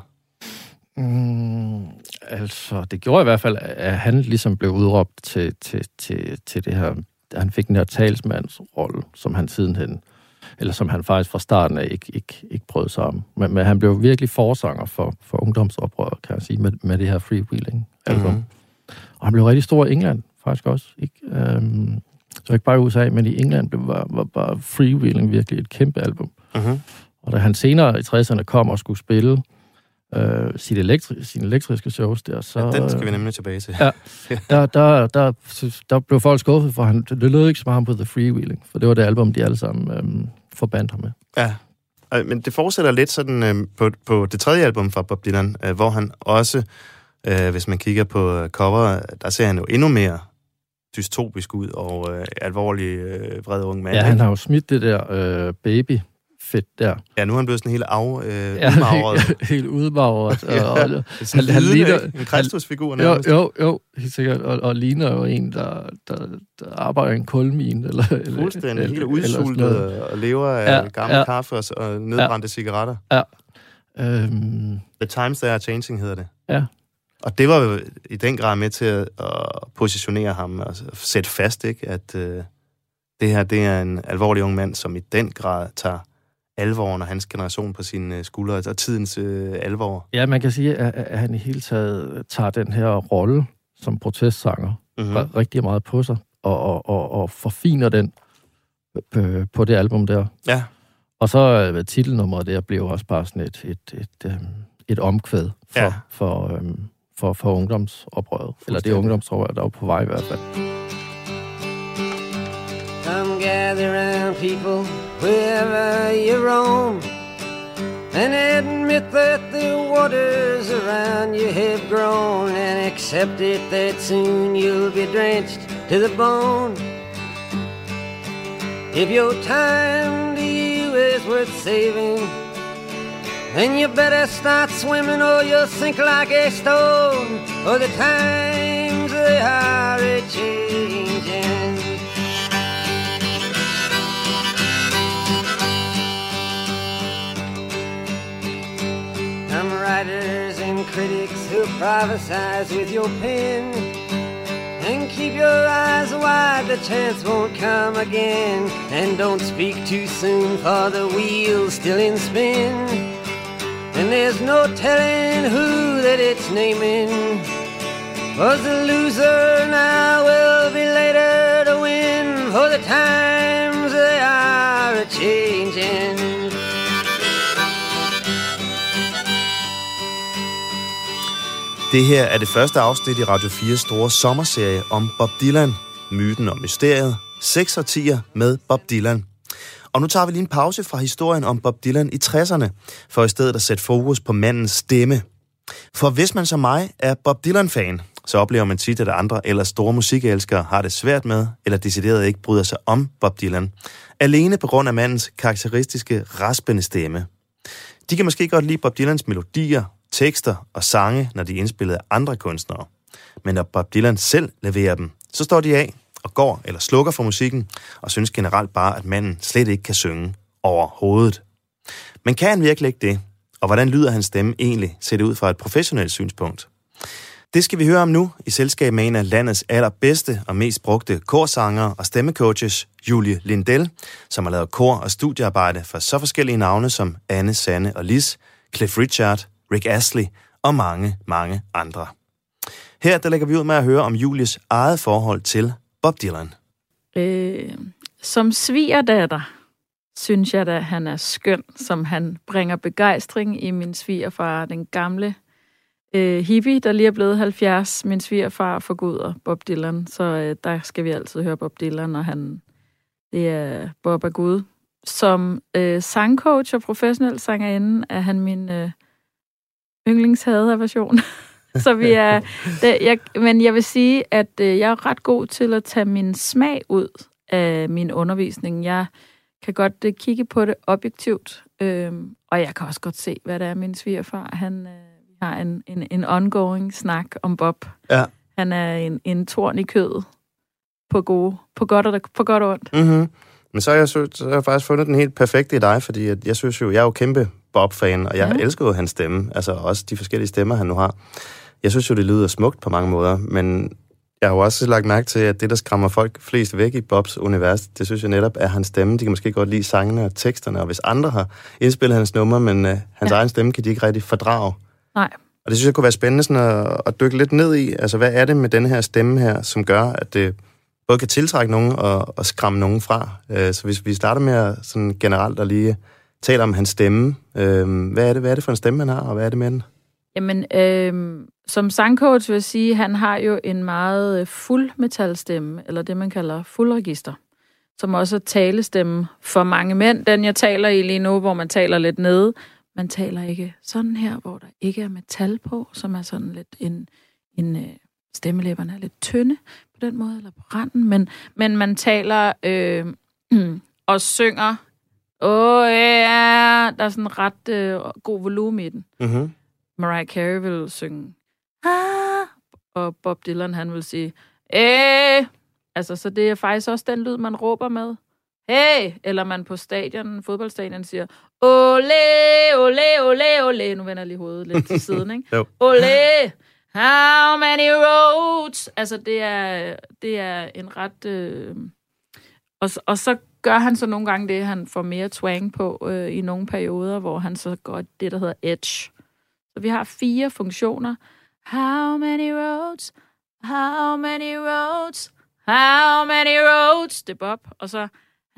Mm, altså, det gjorde i hvert fald, at han ligesom blev udråbt til, til, til, til det her... Han fik den her talsmandsrolle, som han sidenhen, eller som han faktisk fra starten af ikke, ikke, ikke brød sig om. Men, men han blev virkelig forsanger for, for ungdomsoprøret, kan jeg sige, med, med det her Freewheeling-album. Mm-hmm. Og han blev rigtig stor i England, faktisk også. Ikke? Um, så ikke bare i U S A, men i England blev, var, var bare Freewheeling virkelig et kæmpe album. Mm-hmm. Og da han senere i tresserne kom og skulle spille Øh, sine, elektri- sine elektriske shows der, så... Ja, den skal vi nemlig tilbage til. Ja, der, der, der, der blev folk skuffet, for han, det lød ikke så meget på The Freewheeling, for det var det album, de alle sammen øhm, forbandt ham med. Ja, men det fortsætter lidt sådan øh, på, på det tredje album fra Bob Dylan, øh, hvor han også, øh, hvis man kigger på cover, der ser han jo endnu mere dystopisk ud og øh, alvorlig øh, vred ung mand. Ja, han har jo smidt det der øh, baby fedt der. Ja, nu er han blevet sådan helt af, øh, ja, udmagret. Helt, helt udmagret. ja, og, og, han, han ligner en Kristusfigur nærmest. Jo, jo, jo, helt sikkert. Og, og ligner jo en, der, der, der arbejder i en kulmine. Eller, Fuldstændig, eller, helt udsultet og lever af ja, gammel ja, kaffe og, og nedbrændte ja, cigaretter. Ja. Um, The Times They Are Changing hedder det. Ja. Og det var jo i den grad med til at, at positionere ham og sætte fast, ikke, at øh, det her, det er en alvorlig ung mand, som i den grad tager alvoren og hans generation på sine skuldre, og tidens øh, alvor. Ja, man kan sige, at, at han i hele taget tager den her rolle som protestsanger mm-hmm. rigtig meget på sig, og, og, og, og forfiner den på, på det album der. Ja. Og så uh, titelnummeret der blev også bare sådan et, et, et, et, et omkvæd for, ja. for, um, for, for ungdomsoprøret. Eller det ungdomsoprør, der var på vej i hvert fald. Come gather round, people, wherever you roam, and admit that the waters around you have grown, and accept it that soon you'll be drenched to the bone. If your time to you is worth saving, then you better start swimming or you'll sink like a stone, for the times they are a-changing. Some writers and critics who prophesize with your pen, and keep your eyes wide, the chance won't come again. And don't speak too soon, for the wheel's still in spin, and there's no telling who that it's naming. Was the loser now will be later to win, for the times they are a-changing. Det her er det første afsnit i Radio fires store sommerserie om Bob Dylan, myten og mysteriet, seks årtier med Bob Dylan. Og nu tager vi lige en pause fra historien om Bob Dylan i tresserne, for i stedet at sætte fokus på mandens stemme. For hvis man som mig er Bob Dylan-fan, så oplever man tit, at andre eller store musikelskere har det svært med, eller decideret ikke bryder sig om Bob Dylan, alene på grund af mandens karakteristiske raspende stemme. De kan måske godt lide Bob Dylans melodier, tekster og sange, når de er indspillet af andre kunstnere. Men når Bob Dylan selv leverer dem, så står de af og går eller slukker for musikken, og synes generelt bare, at manden slet ikke kan synge overhovedet. Men kan han virkelig ikke det? Og hvordan lyder hans stemme egentlig, set ud fra et professionelt synspunkt? Det skal vi høre om nu, i selskab med en af landets allerbedste og mest brugte korsangere og stemmecoaches, Julie Lindell, som har lavet kor- og studiearbejde for så forskellige navne som Anne, Sanne og Lis, Cliff Richard, Rick Astley og mange, mange andre. Her der lægger vi ud med at høre om Julies eget forhold til Bob Dylan. Øh, som svigerdatter, synes jeg da, han er skøn, som han bringer begejstring i min svigerfar, den gamle øh, hippie, der lige er blevet halvfjerds. Min svigerfar forguder Bob Dylan, så øh, der skal vi altid høre Bob Dylan, og han, det er Bob er Gud. Som øh, sangcoach og professionel sangerinde er han min øh, yndlingshader-version. Så vi er... Det, jeg, men jeg vil sige, at øh, jeg er ret god til at tage min smag ud af min undervisning. Jeg kan godt øh, kigge på det objektivt, øh, og jeg kan også godt se, hvad det er, min svigerfar. Han øh, har en, en, en ongoing snak om Bob. Ja. Han er en, en torn i kødet på, gode, på, godt og, på godt og ondt. Mm-hmm. Men så har, jeg, så har jeg faktisk fundet den helt perfekte i dig, fordi jeg synes jo, jeg er jo kæmpe Bob-fan, og jeg ja. elsker jo hans stemme, altså også de forskellige stemmer, han nu har. Jeg synes jo, det lyder smukt på mange måder, men jeg har jo også lagt mærke til, at det, der skræmmer folk flest væk i Bobs univers, det synes jeg netop er hans stemme. De kan måske godt lide sangene og teksterne, og hvis andre har indspillet hans nummer, men uh, hans ja. egen stemme kan de ikke rigtig fordrage. Nej. Og det synes jeg kunne være spændende sådan at, at dykke lidt ned i. Altså, hvad er det med denne her stemme her, som gør, at det både kan tiltrække nogen og, og skræmme nogen fra? Uh, så hvis vi starter med at sådan generelt at lige tale om hans stemme, uh, hvad er det, hvad er det for en stemme, han har, og hvad er det med den? Jamen, øh, som sangcoach vil jeg sige, han har jo en meget fuld metalstemme, eller det, man kalder fuldregister, som også er talestemme for mange mænd. Den, jeg taler i lige nu, hvor man taler lidt nede, man taler ikke sådan her, hvor der ikke er metal på, som er sådan lidt en, en øh, stemmelæberne er lidt tynde på den måde, eller på randen, men, men man taler øh, og synger, åh ja, yeah, der er sådan ret øh, god volumen i den. Mhm. Mariah Carey vil synge, ah, og Bob Dylan, han vil sige, eh. Altså, så det er faktisk også den lyd, man råber med. Hey! Eller man på stadion, fodboldstadion, siger, ole, ole, ole, ole. Nu vender jeg lige hovedet lidt til siden, ikke? Ole, how many roads? Altså, det er, det er en ret... Øh... Og, og så gør han så nogle gange det, han får mere twang på øh, i nogle perioder, hvor han så går det, der hedder edge. Så vi har fire funktioner. How many roads? How many roads? How many roads? Det er Bob. Og så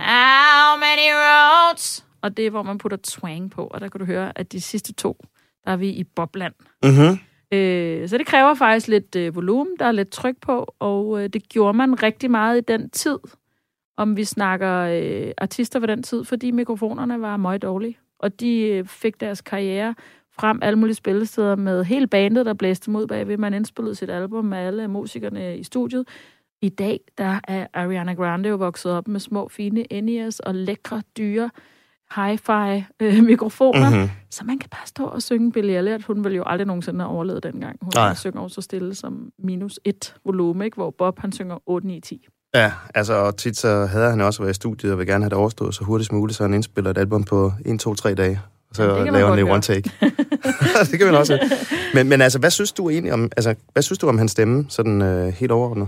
how many roads? Og det er, hvor man putter twang på. Og der kan du høre, at de sidste to, der er vi i Bobland. Mhm. Øh, så det kræver faktisk lidt øh, volumen, der er lidt tryk på. Og øh, det gjorde man rigtig meget i den tid, om vi snakker øh, artister på den tid, fordi mikrofonerne var meget dårlige. Og de øh, fik deres karriere frem alle mulige spillesteder med hele bandet, der blæste mod bagved. Man indspillede sit album med alle musikerne i studiet. I dag, der er Ariana Grande jo vokset op med små, fine in-ears og lækre, dyre hi-fi øh, mikrofoner. Mm-hmm. Så man kan bare stå og synge Billie Elliot. Hun ville jo aldrig nogensinde have overlevet dengang. Hun Nej. synger også så stille som minus et volume, ikke? Hvor Bob, han synger otte ni ti. Ja, altså, og tit så havde han også været i studiet og vil gerne have det overstået så hurtigt som muligt, så han indspiller et album på en, to, tre dage. Og så ja, laver han det i one take. Det kan man også. Men, men altså, hvad synes du egentlig om, altså, hvad synes du om hans stemme, sådan øh, helt overordnet?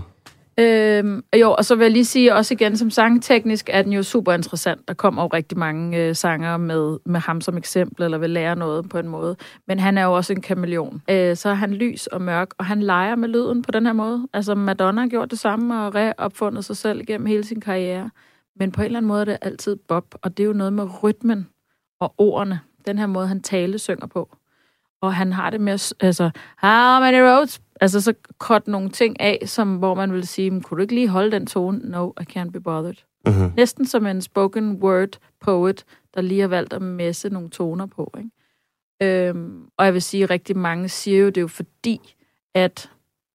Øhm, jo, og så vil jeg lige sige også igen, som sangteknisk er den jo super interessant. Der kommer jo rigtig mange øh, sanger med, med ham som eksempel, eller vil lære noget på en måde. Men han er jo også en kameleon. Øh, så er han lys og mørk, og han leger med lyden på den her måde. Altså Madonna har gjort det samme og reopfundet sig selv gennem hele sin karriere. Men på en eller anden måde er det altid Bob, og det er jo noget med rytmen og ordene. Den her måde, han tale synger på. Og han har det med, altså, how many roads? Altså, så kort nogle ting af, som, hvor man vil sige, kunne du ikke lige holde den tone? No, I can't be bothered. Mm-hmm. Næsten som en spoken word poet, der lige har valgt at messe nogle toner på, ikke? Øhm, og jeg vil sige, rigtig mange siger jo, det er jo fordi, at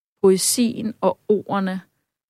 poesien og ordene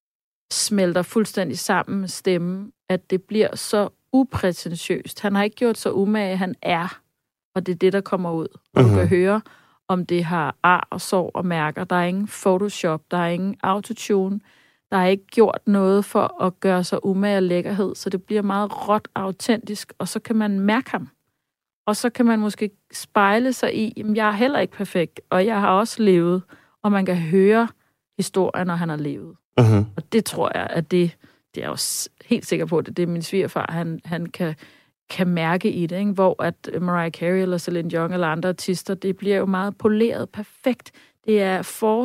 smelter fuldstændig sammen med stemmen, at det bliver så uprætentiøst. Han har ikke gjort så umage, han er, og det er det, der kommer ud. Og mm-hmm. du kan høre, om det har ar og sår og mærker. Der er ingen Photoshop, der er ingen autotune, der er ikke gjort noget for at gøre sig umage og lækkerhed, så det bliver meget råt og autentisk, og så kan man mærke ham. Og så kan man måske spejle sig i, jamen jeg er heller ikke perfekt, og jeg har også levet, og man kan høre historien, når han har levet. Mm-hmm. Og det tror jeg, at det, det er jeg også helt sikker på, at det er min svigerfar, han, han kan, kan mærke i det, ikke? Hvor at Mariah Carey eller Celine Dion eller andre artister, det bliver jo meget poleret, perfekt. Det er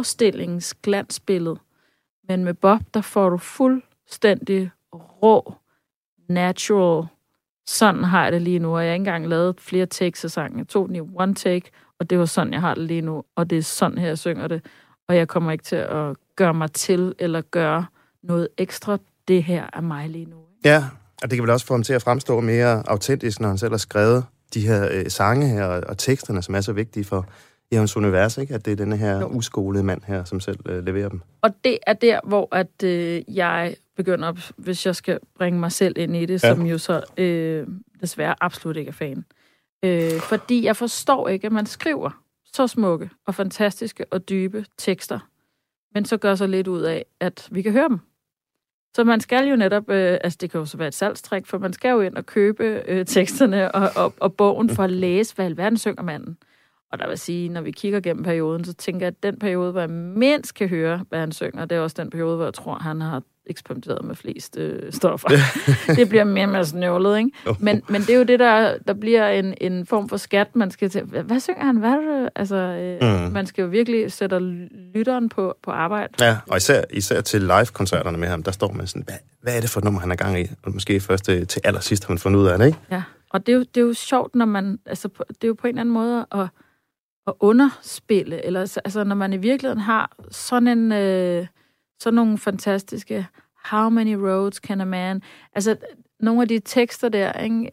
forestillingsglansbillede. Men med Bob, der får du fuldstændig rå, natural sådan har jeg det lige nu, og jeg har ikke engang lavet flere takes af sangen. Jeg tog den i one take, og det var sådan, jeg har det lige nu, og det er sådan her, jeg synger det, og jeg kommer ikke til at gøre mig til, eller gøre noget ekstra. Det her er mig lige nu. Ja, og det kan vel også få ham til at fremstå mere autentisk, når han selv har skrevet de her øh, sange her, og, og teksterne, som er så vigtige for i hans univers, ikke? At det er denne her jo. uskolede mand her, som selv øh, leverer dem. Og det er der, hvor at, øh, jeg begynder, hvis jeg skal bringe mig selv ind i det, ja. som jo så øh, desværre absolut ikke er fan. Øh, fordi jeg forstår ikke, at man skriver så smukke og fantastiske og dybe tekster, men så gør sig lidt ud af, at vi kan høre dem. Så man skal jo netop, øh, altså det kan jo så være et salgstrik, for man skal jo ind og købe øh, teksterne og, og, og bogen for at læse, hvad alverden synger manden. Og der vil sige, når vi kigger gennem perioden, så tænker jeg, at den periode, hvor jeg mindst kan høre, hvad han synger, det er også den periode, hvor jeg tror, han har eksperimenteret med flest øh, stoffer. Det bliver mere og mere snøvlet, ikke? Men, men det er jo det, der, der bliver en, en form for skat, man skal til. Hvad synger han? Hvad er det? Altså, øh, mm. man skal jo virkelig sætte lytteren på, på arbejde. Ja, og især, især til live-koncerterne med ham, der står man sådan, hvad, hvad er det for et nummer, han er gang i? Og måske først til, til allersidst har man fundet ud af det, ikke? Ja, og det er jo, det er jo sjovt, når man, altså, det er jo på en eller anden måde at, at underspille, eller altså, når man i virkeligheden har sådan en... Øh, sådan nogle fantastiske How many roads can a man... Altså, nogle af de tekster der, ikke,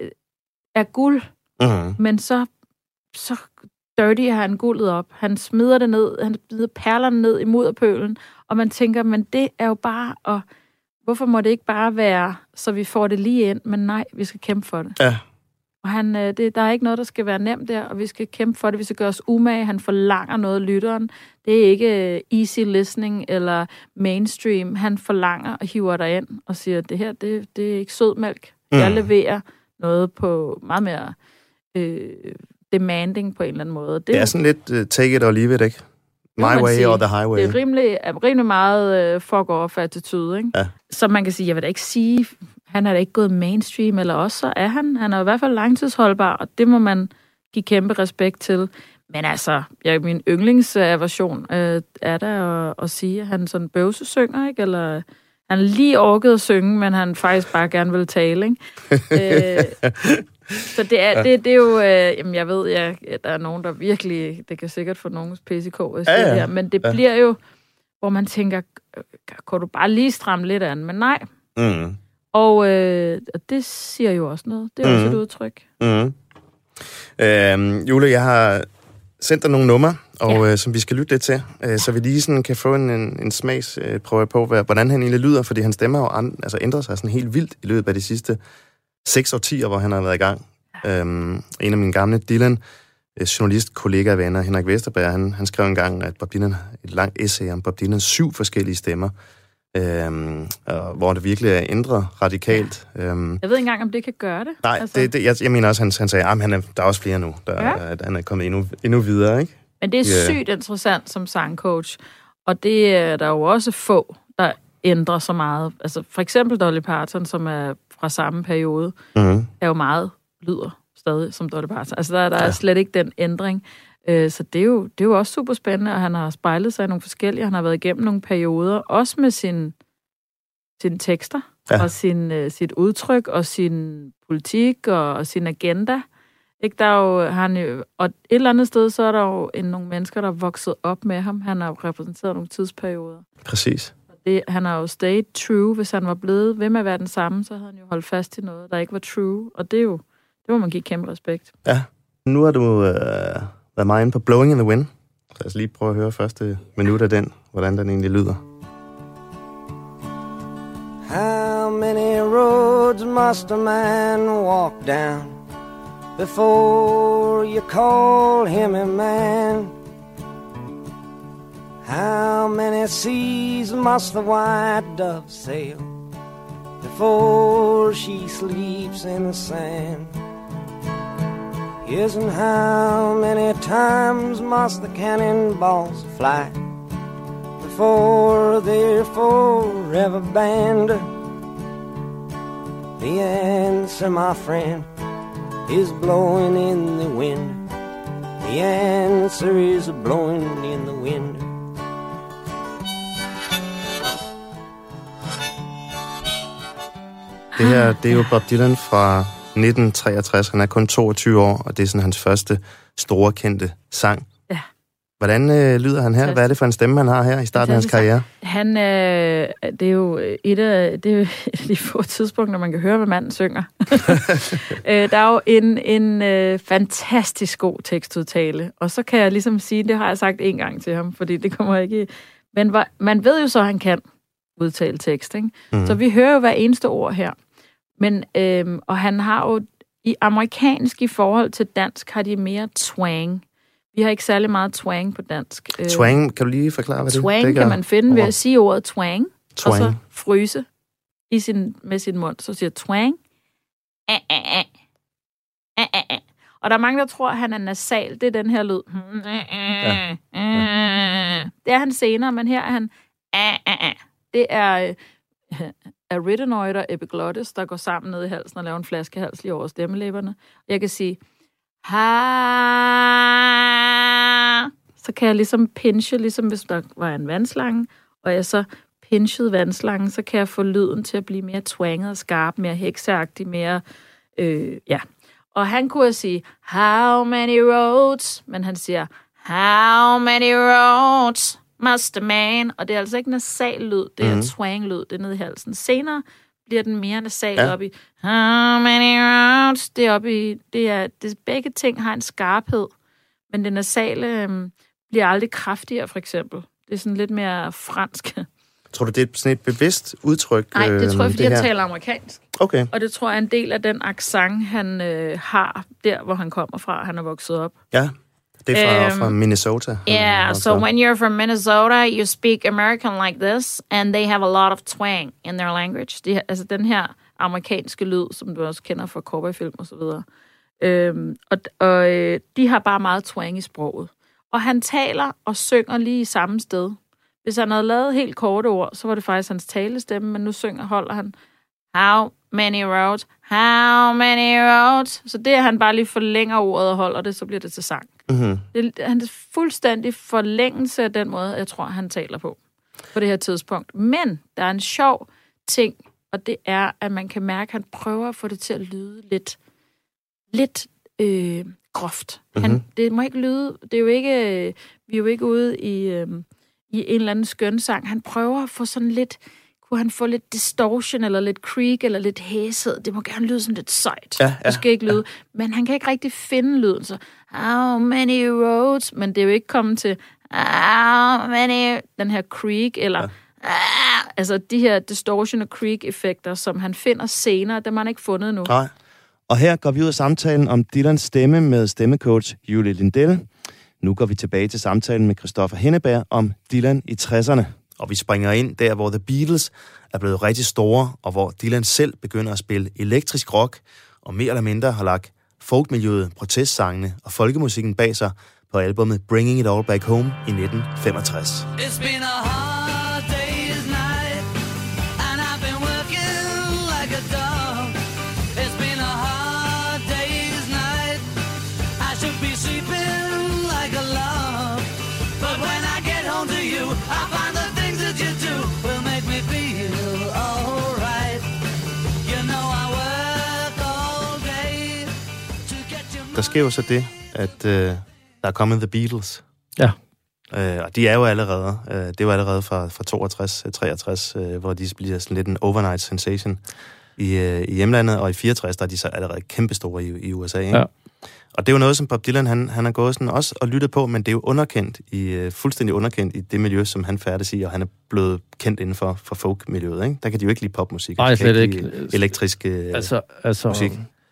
er guld, uh-huh. men så, så dirty har han guldet op. Han smider det ned, han smider perlerne ned i mudderpølen, og man tænker, men det er jo bare... Og hvorfor må det ikke bare være, så vi får det lige ind? Men nej, vi skal kæmpe for det. Ja. Og han, det, der er ikke noget, der skal være nemt der, og vi skal kæmpe for det, vi skal gøre os umage. Han forlanger noget af lytteren. Det er ikke easy listening eller mainstream. Han forlanger og hiver dig ind og siger, det her, det, det er ikke sødmælk. Mm. Jeg leverer noget på meget mere øh, demanding på en eller anden måde. Det, det er sådan lidt uh, take it or leave it, ikke? My way sige. Or the highway. Det er rimelig, er rimelig meget uh, fuck off attitude, ikke? Ja. Så man kan sige, jeg vil da ikke sige... Han er da ikke gået mainstream, eller også så er han. Han er i hvert fald langtidsholdbar, og det må man give kæmpe respekt til. Men altså, jeg, min yndlingsaversion øh, er der at, at sige, at han sådan bøvsesynger, ikke? Eller han lige orket at synge, men han faktisk bare gerne vil tale, ikke? øh, så det er, det, det er jo... Øh, jamen, jeg ved, jeg, der er nogen, der virkelig... Det kan sikkert få nogens pissekår at sige ja, ja. her, men det ja. bliver jo, hvor man tænker, kan du bare lige stramme lidt an? Men nej. Mm. Og øh, det siger jo også noget. Det er mm. også et udtryk. Mm. Øh, Jule, jeg har sendt dig nogle numre, og, ja. øh, som vi skal lytte lidt til, øh, så vi lige sådan kan få en, en, en smagsprøve øh, på, hvordan han egentlig lyder, fordi hans stemmer jo an, altså ændret sig sådan helt vildt i løbet af de sidste seks årtier, hvor han har været i gang. Ja. Øhm, en af mine gamle Dylan, øh, journalist, kollega og venner, Henrik Vesterberg, han, han skrev engang, at Bob Dylan, et langt essay om Bob Dylans syv forskellige stemmer, Øhm, og hvor det virkelig er ændret radikalt. Ja. Øhm, jeg ved ikke engang, om det kan gøre det. Nej, altså. det, det, jeg, jeg mener også, han, han sagde, at han er, der er også flere nu, der, ja. at han er kommet endnu, endnu videre. Ikke? Men det er yeah. sygt interessant som sangcoach, og det er der jo også få, der ændrer så meget. Altså for eksempel Dolly Parton, som er fra samme periode, mm-hmm. er jo meget lyder stadig som Dolly Parton. Altså der, der ja. er slet ikke den ændring. Så det er, jo, det er jo også super spændende, og han har spejlet sig i nogle forskellige. Han har været igennem nogle perioder, også med sin, sine tekster, ja. og sin, sit udtryk, og sin politik, og, og sin agenda. Ikke, der er jo, han, og et eller andet sted, så er der jo en, nogle mennesker, der er vokset op med ham. Han har repræsenteret nogle tidsperioder. Præcis. Det, han har jo stayed true. Hvis han var blevet ved med at være den samme, så havde han jo holdt fast i noget, der ikke var true. Og det er jo, det må man give kæmpe respekt. Ja, nu har du... Øh... været meget inde på Blowing in the Wind. Så lad os lige prøve at høre første minut af den, hvordan den egentlig lyder. How many roads must a man walk down before you call him a man? How many seas must the white dove sail before she sleeps in the sand? Yes, and how many times must the cannonballs fly before they're forever banned? The answer, my friend, is blowing in the wind. The answer is blowing in the wind. Det her, det er jo Bob Dylan fra nitten treogtres. Han er kun toogtyve år, og det er sådan hans første store kendte sang. Ja. Hvordan øh, lyder han her? Hvad er det for en stemme, han har her i starten af hans karriere? Han, øh, det er jo et af det er de få tidspunkter, man kan høre, hvad manden synger. øh, der er jo en, en øh, fantastisk god tekstudtale, og så kan jeg ligesom sige, det har jeg sagt en gang til ham, fordi det kommer ikke... Men hvor, man ved jo så, at han kan udtale tekst, ikke? Mm. Så vi hører jo hver eneste ord her. Men, øh, og han har jo... I amerikansk i forhold til dansk har de mere twang. Vi har ikke særlig meget twang på dansk. Twang, kan du lige forklare, hvad twang det er? Twang kan man finde ved at sige ordet twang, twang. og så fryse i sin, med sin mund. Så siger twang. Æ, æ, æ. Æ, æ, æ. Og der er mange, der tror, at han er nasal. Det er den her lyd. Ja. Ja. Det er han senere, men her er han... Æ, æ, æ. Det er uh, arytenoid og epiglottis, der går sammen ned i halsen og laver en flaskehals lige over stemmelæberne. Jeg kan sige... Ha. Så kan jeg ligesom pinche, ligesom hvis der var en vandslange, og jeg så pinchede vandslangen, så kan jeg få lyden til at blive mere twanget og skarp, mere hekseagtig, mere, øh, ja. Og han kunne sige, how many roads? Men han siger, how many roads must a man? Og det er altså ikke nasal lyd, det er mm. twang-lyd, det er nede i halsen. Senere bliver den mere nasal ja. op i how many rounds. Det er op i det er det, begge ting har en skarphed, men det nasale øhm, bliver aldrig kraftigere, for eksempel. Det er sådan lidt mere fransk. Tror du, det er sådan et bevidst udtryk? Nej, det tror jeg, fordi jeg taler amerikansk. Okay. Og det tror jeg er en del af den accent, han øh, har der, hvor han kommer fra. Han er vokset op. Ja. Det er fra, um, fra Minnesota. Yeah, so when you're from Minnesota, you speak American like this, and they have a lot of twang in their language. De, altså den her amerikanske lyd, som du også kender fra cowboyfilm og så videre. Øhm, og og øh, de har bare meget twang i sproget. Og han taler og synger lige i samme sted. Hvis han havde lavet helt korte ord, så var det faktisk hans talestemme, men nu synger, holder han how many roads, how many roads. Så det er han bare lige forlænger ordet og holder det, så bliver det til sang. Mm-hmm. Det er han er fuldstændig forlængelse af den måde, jeg tror, han taler på, på det her tidspunkt. Men der er en sjov ting, og det er, at man kan mærke, at han prøver at få det til at lyde lidt, lidt øh, groft. Han, mm-hmm. Det må ikke lyde, det er jo ikke, øh, vi er jo ikke ude i, øh, i en eller anden skøn sang. Han prøver at få sådan lidt, kunne han få lidt distortion, eller lidt creak, eller lidt hæshed. Det må gerne lyde sådan lidt sejt. Ja, ja, det skal ikke lyde. Ja. Men han kan ikke rigtig finde lyden, så how many roads? Men det er jo ikke kommet til how many, den her creak, eller ja. ah, altså de her distortion og creak-effekter, som han finder senere, dem har han ikke fundet nu. Nej. Og her går vi ud af samtalen om Dylans stemme med stemmecoach Julie Lindell. Nu går vi tilbage til samtalen med Christoffer Henneberg om Dylan i tresserne. Og vi springer ind der, hvor The Beatles er blevet rigtig store, og hvor Dylan selv begynder at spille elektrisk rock, og mere eller mindre har lagt folkmiljøet, protestsangene og folkemusikken bag sig på albumet Bringing It All Back Home i nitten femogtres. It's been a hard day's night, and I've been working like a dog. It's been a hard day's night, I should be sleeping like a log. But when I get home to you, I find the things that you do will make me feel alright. You know I work all day to get you. Der sker jo så det, at øh, der er kommet The Beatles. Ja. Øh, og de er jo allerede, øh, det var allerede fra, fra toogtres til treogtres, øh, hvor de bliver sådan lidt en overnight sensation i, øh, i hjemlandet, og i fireogtres, der er de så allerede kæmpestore i, i U S A, ikke? Ja. Og det er jo noget, som Bob Dylan, han, han har gået sådan også og lyttet på, men det er jo underkendt i, uh, fuldstændig underkendt i det miljø, som han færdes i, og han er blevet kendt inden for, for folk-miljøet, ikke? Der kan de jo ikke lide popmusik. Nej, slet ikke. Elektrisk uh, altså, altså, musik.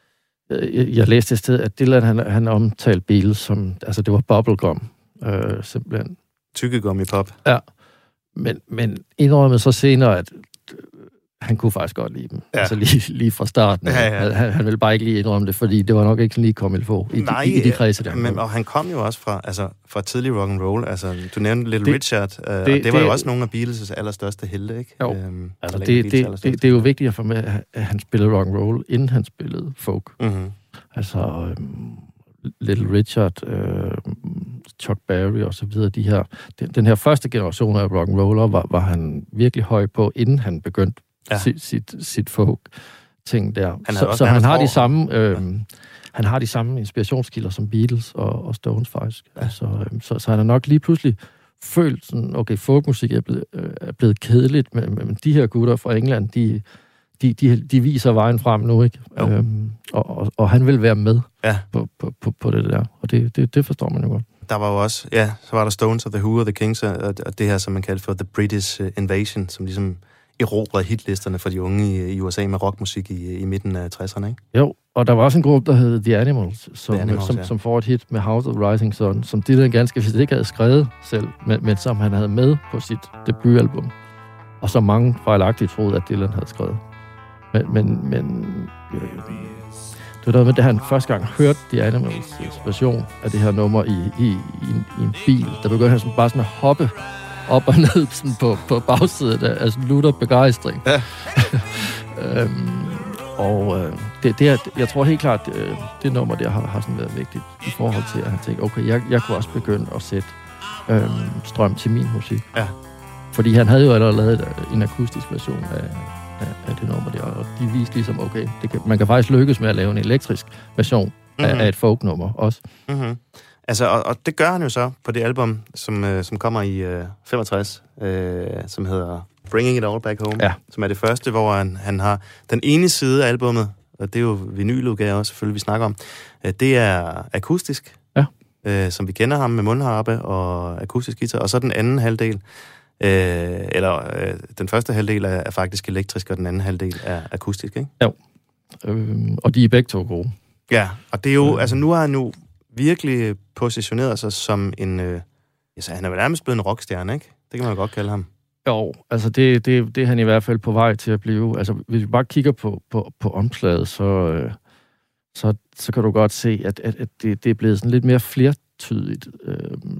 Jeg, jeg læste et sted, at Dylan, han, han omtalte Beatles som, altså det var bubblegum, øh, simpelthen. Tykkegum i pop. Ja, men, men indrømmet så senere, at han kunne faktisk godt lide dem. Ja. Altså lige, lige fra starten. Ja, ja. Han, han ville bare ikke lige indrømme det, fordi det var nok ikke sådan lige kommet få i, Nej, i, i de kredse der. Men, og han kom jo også fra, altså, fra tidlig rock and roll. Altså, du nævnte Little det, Richard, øh, det, og det var det, jo også nogle af Beatles' allerstørste helte, ikke? Jo, øhm, altså det, det, det, det, det er jo vigtigt at få med, at han spillede rock and roll, inden han spillede folk. Mm-hmm. Altså, øhm, Little Richard, øh, Chuck Berry og så videre, de her, den, den her første generation af rock and roller var, var han virkelig høj på, inden han begyndte Ja. Sit, sit, sit folk. ting der. Han så så han har de samme... Øh, ja. Han har de samme inspirationskilder som Beatles og, og Stones faktisk. Ja. Så, øh, så, så han har nok lige pludselig følt sådan, okay, folkmusik er blevet, øh, er blevet kedeligt, men, men de her gutter fra England, de, de, de, de viser vejen frem nu, ikke? Øhm, og, og, og han vil være med ja. på, på, på, på det der, og det, det, det forstår man jo godt. Der var jo også, ja, så var der Stones og The Who og The Kings, og, og det her, som man kaldte for The British Invasion, som ligesom erobrede hitlisterne for de unge i, i U S A med rockmusik i, i midten af tresserne, ikke? Jo, og der var også en gruppe, der hed The Animals, som, The Animals, som, ja. som får et hit med House of Rising Sun, som Dylan ganske vist ikke havde skrevet selv, men, men som han havde med på sit debutalbum, og som mange fejlagtigt troede, at Dylan havde skrevet. Men, men, men øh, det var noget med, da han første gang hørte The Animals version af det her nummer i, i, i, en, i en bil, der begyndte han sådan, bare sådan at hoppe op og ned sådan på, på bagsiden af altså lutter begejstring. Ja. øhm, og øh, det, det er, jeg tror helt klart, øh, det nummer der har, har sådan været vigtigt i forhold til, at han tænkte, okay, jeg, jeg kunne også begynde at sætte øh, strøm til min musik. Ja. Fordi han havde jo allerede lavet en akustisk version af, af, af det nummer der, og de viste ligesom, okay, det kan, man kan faktisk lykkes med at lave en elektrisk version mm-hmm. af, af et folknummer også. Mm-hmm. Altså, og, og det gør han jo så på det album, som, øh, som kommer i øh, femogtres, øh, som hedder Bringing It All Back Home, ja. Som er det første, hvor han, han har den ene side af albummet, og det er jo vinyludgave også, selvfølgelig, vi snakker om, øh, det er akustisk, ja. øh, som vi kender ham med mundharpe og akustisk guitar, og så den anden halvdel, øh, eller øh, den første halvdel er, er faktisk elektrisk, og den anden halvdel er akustisk, ikke? Jo, øh, og de er begge to gode. Ja, og det er jo, øh. altså nu har han jo virkelig positioneret sig som en... Øh, altså, han er vel nærmest blevet en rockstjerne, ikke? Det kan man jo godt kalde ham. Jo, altså det, det, det er han i hvert fald på vej til at blive. Altså, hvis vi bare kigger på, på, på omslaget, så, øh, så, så kan du godt se, at, at, at det, det er blevet sådan lidt mere flertydigt, øh,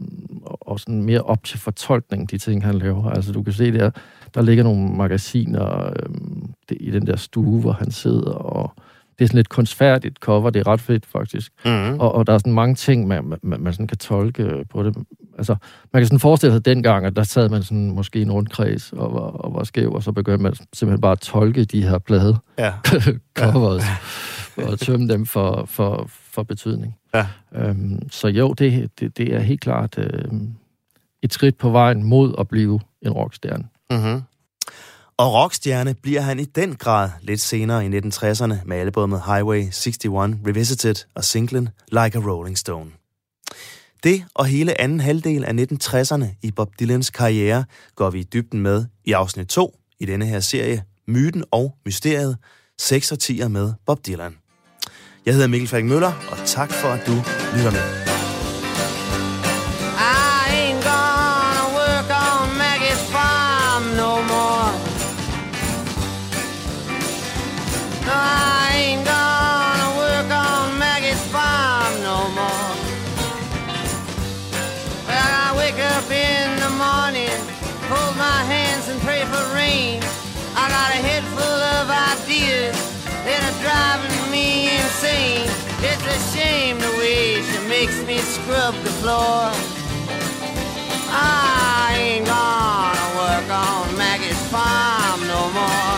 og sådan mere op til fortolkning, de ting, han laver. Altså, du kan se der, der ligger nogle magasiner øh, det, i den der stue, hvor han sidder, og det er sådan lidt kunstfærdigt cover, det er ret fedt faktisk. Mm-hmm. Og, og der er sådan mange ting, man, man, man sådan kan tolke på det. Altså, man kan sådan forestille sig dengang, at der sad man sådan måske i en rundkreds og var, og var skæv, og så begyndte man simpelthen bare at tolke de her plade ja. covers ja. og tømme dem for, for, for betydning. Ja. Øhm, så jo, det, det, det er helt klart øhm, et skridt på vejen mod at blive en rockstjerne. Mm-hmm. Og rockstjerne bliver han i den grad lidt senere i nitten tresserne med albumet Highway enogtres Revisited og singlen Like a Rolling Stone. Det og hele anden halvdel af nitten tresserne i Bob Dylans karriere går vi i dybden med i afsnit to i denne her serie Myten og Mysteriet, seks årtier med Bob Dylan. Jeg hedder Mikkel Falk Møller, og tak for at du lytter med. I ain't gonna work on Maggie's farm no more. Well, I wake up in the morning, hold my hands and pray for rain. I got a head full of ideas that are driving me insane. It's a shame the way she makes me scrub the floor. I ain't gonna work on Maggie's farm no more.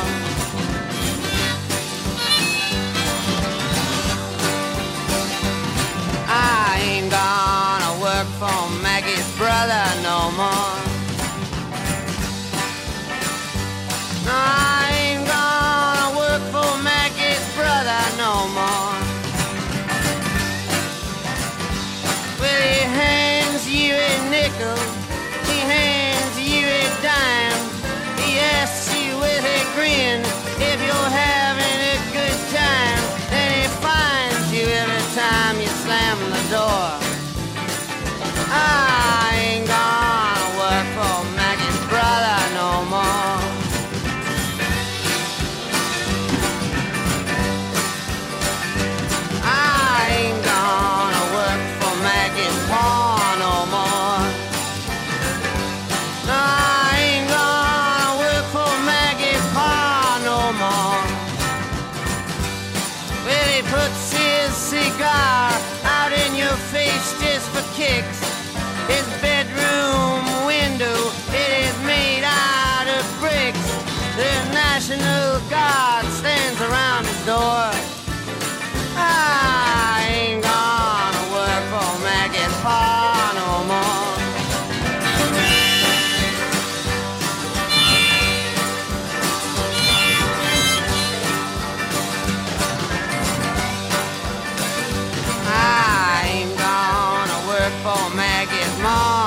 I ain't gonna work for Maggie's brother no more. No, I ain't gonna work for Maggie's brother no more. Well, he hands you a nickel, he hands you a dime, he asks you with a grin if you're having a good time, then he finds you every time you slam the door. I ain't gonna work for Maggie's brother no more. I ain't gonna work for Maggie's pa no more. No, I ain't gonna work for Maggie's pa no more. Well, he puts his cigar out in your face just for kicks. His bedroom window, it is made out of bricks. The National Guard stands around his door. I ain't gonna work for Maggie's pa no more. I ain't gonna work for Maggie's mom.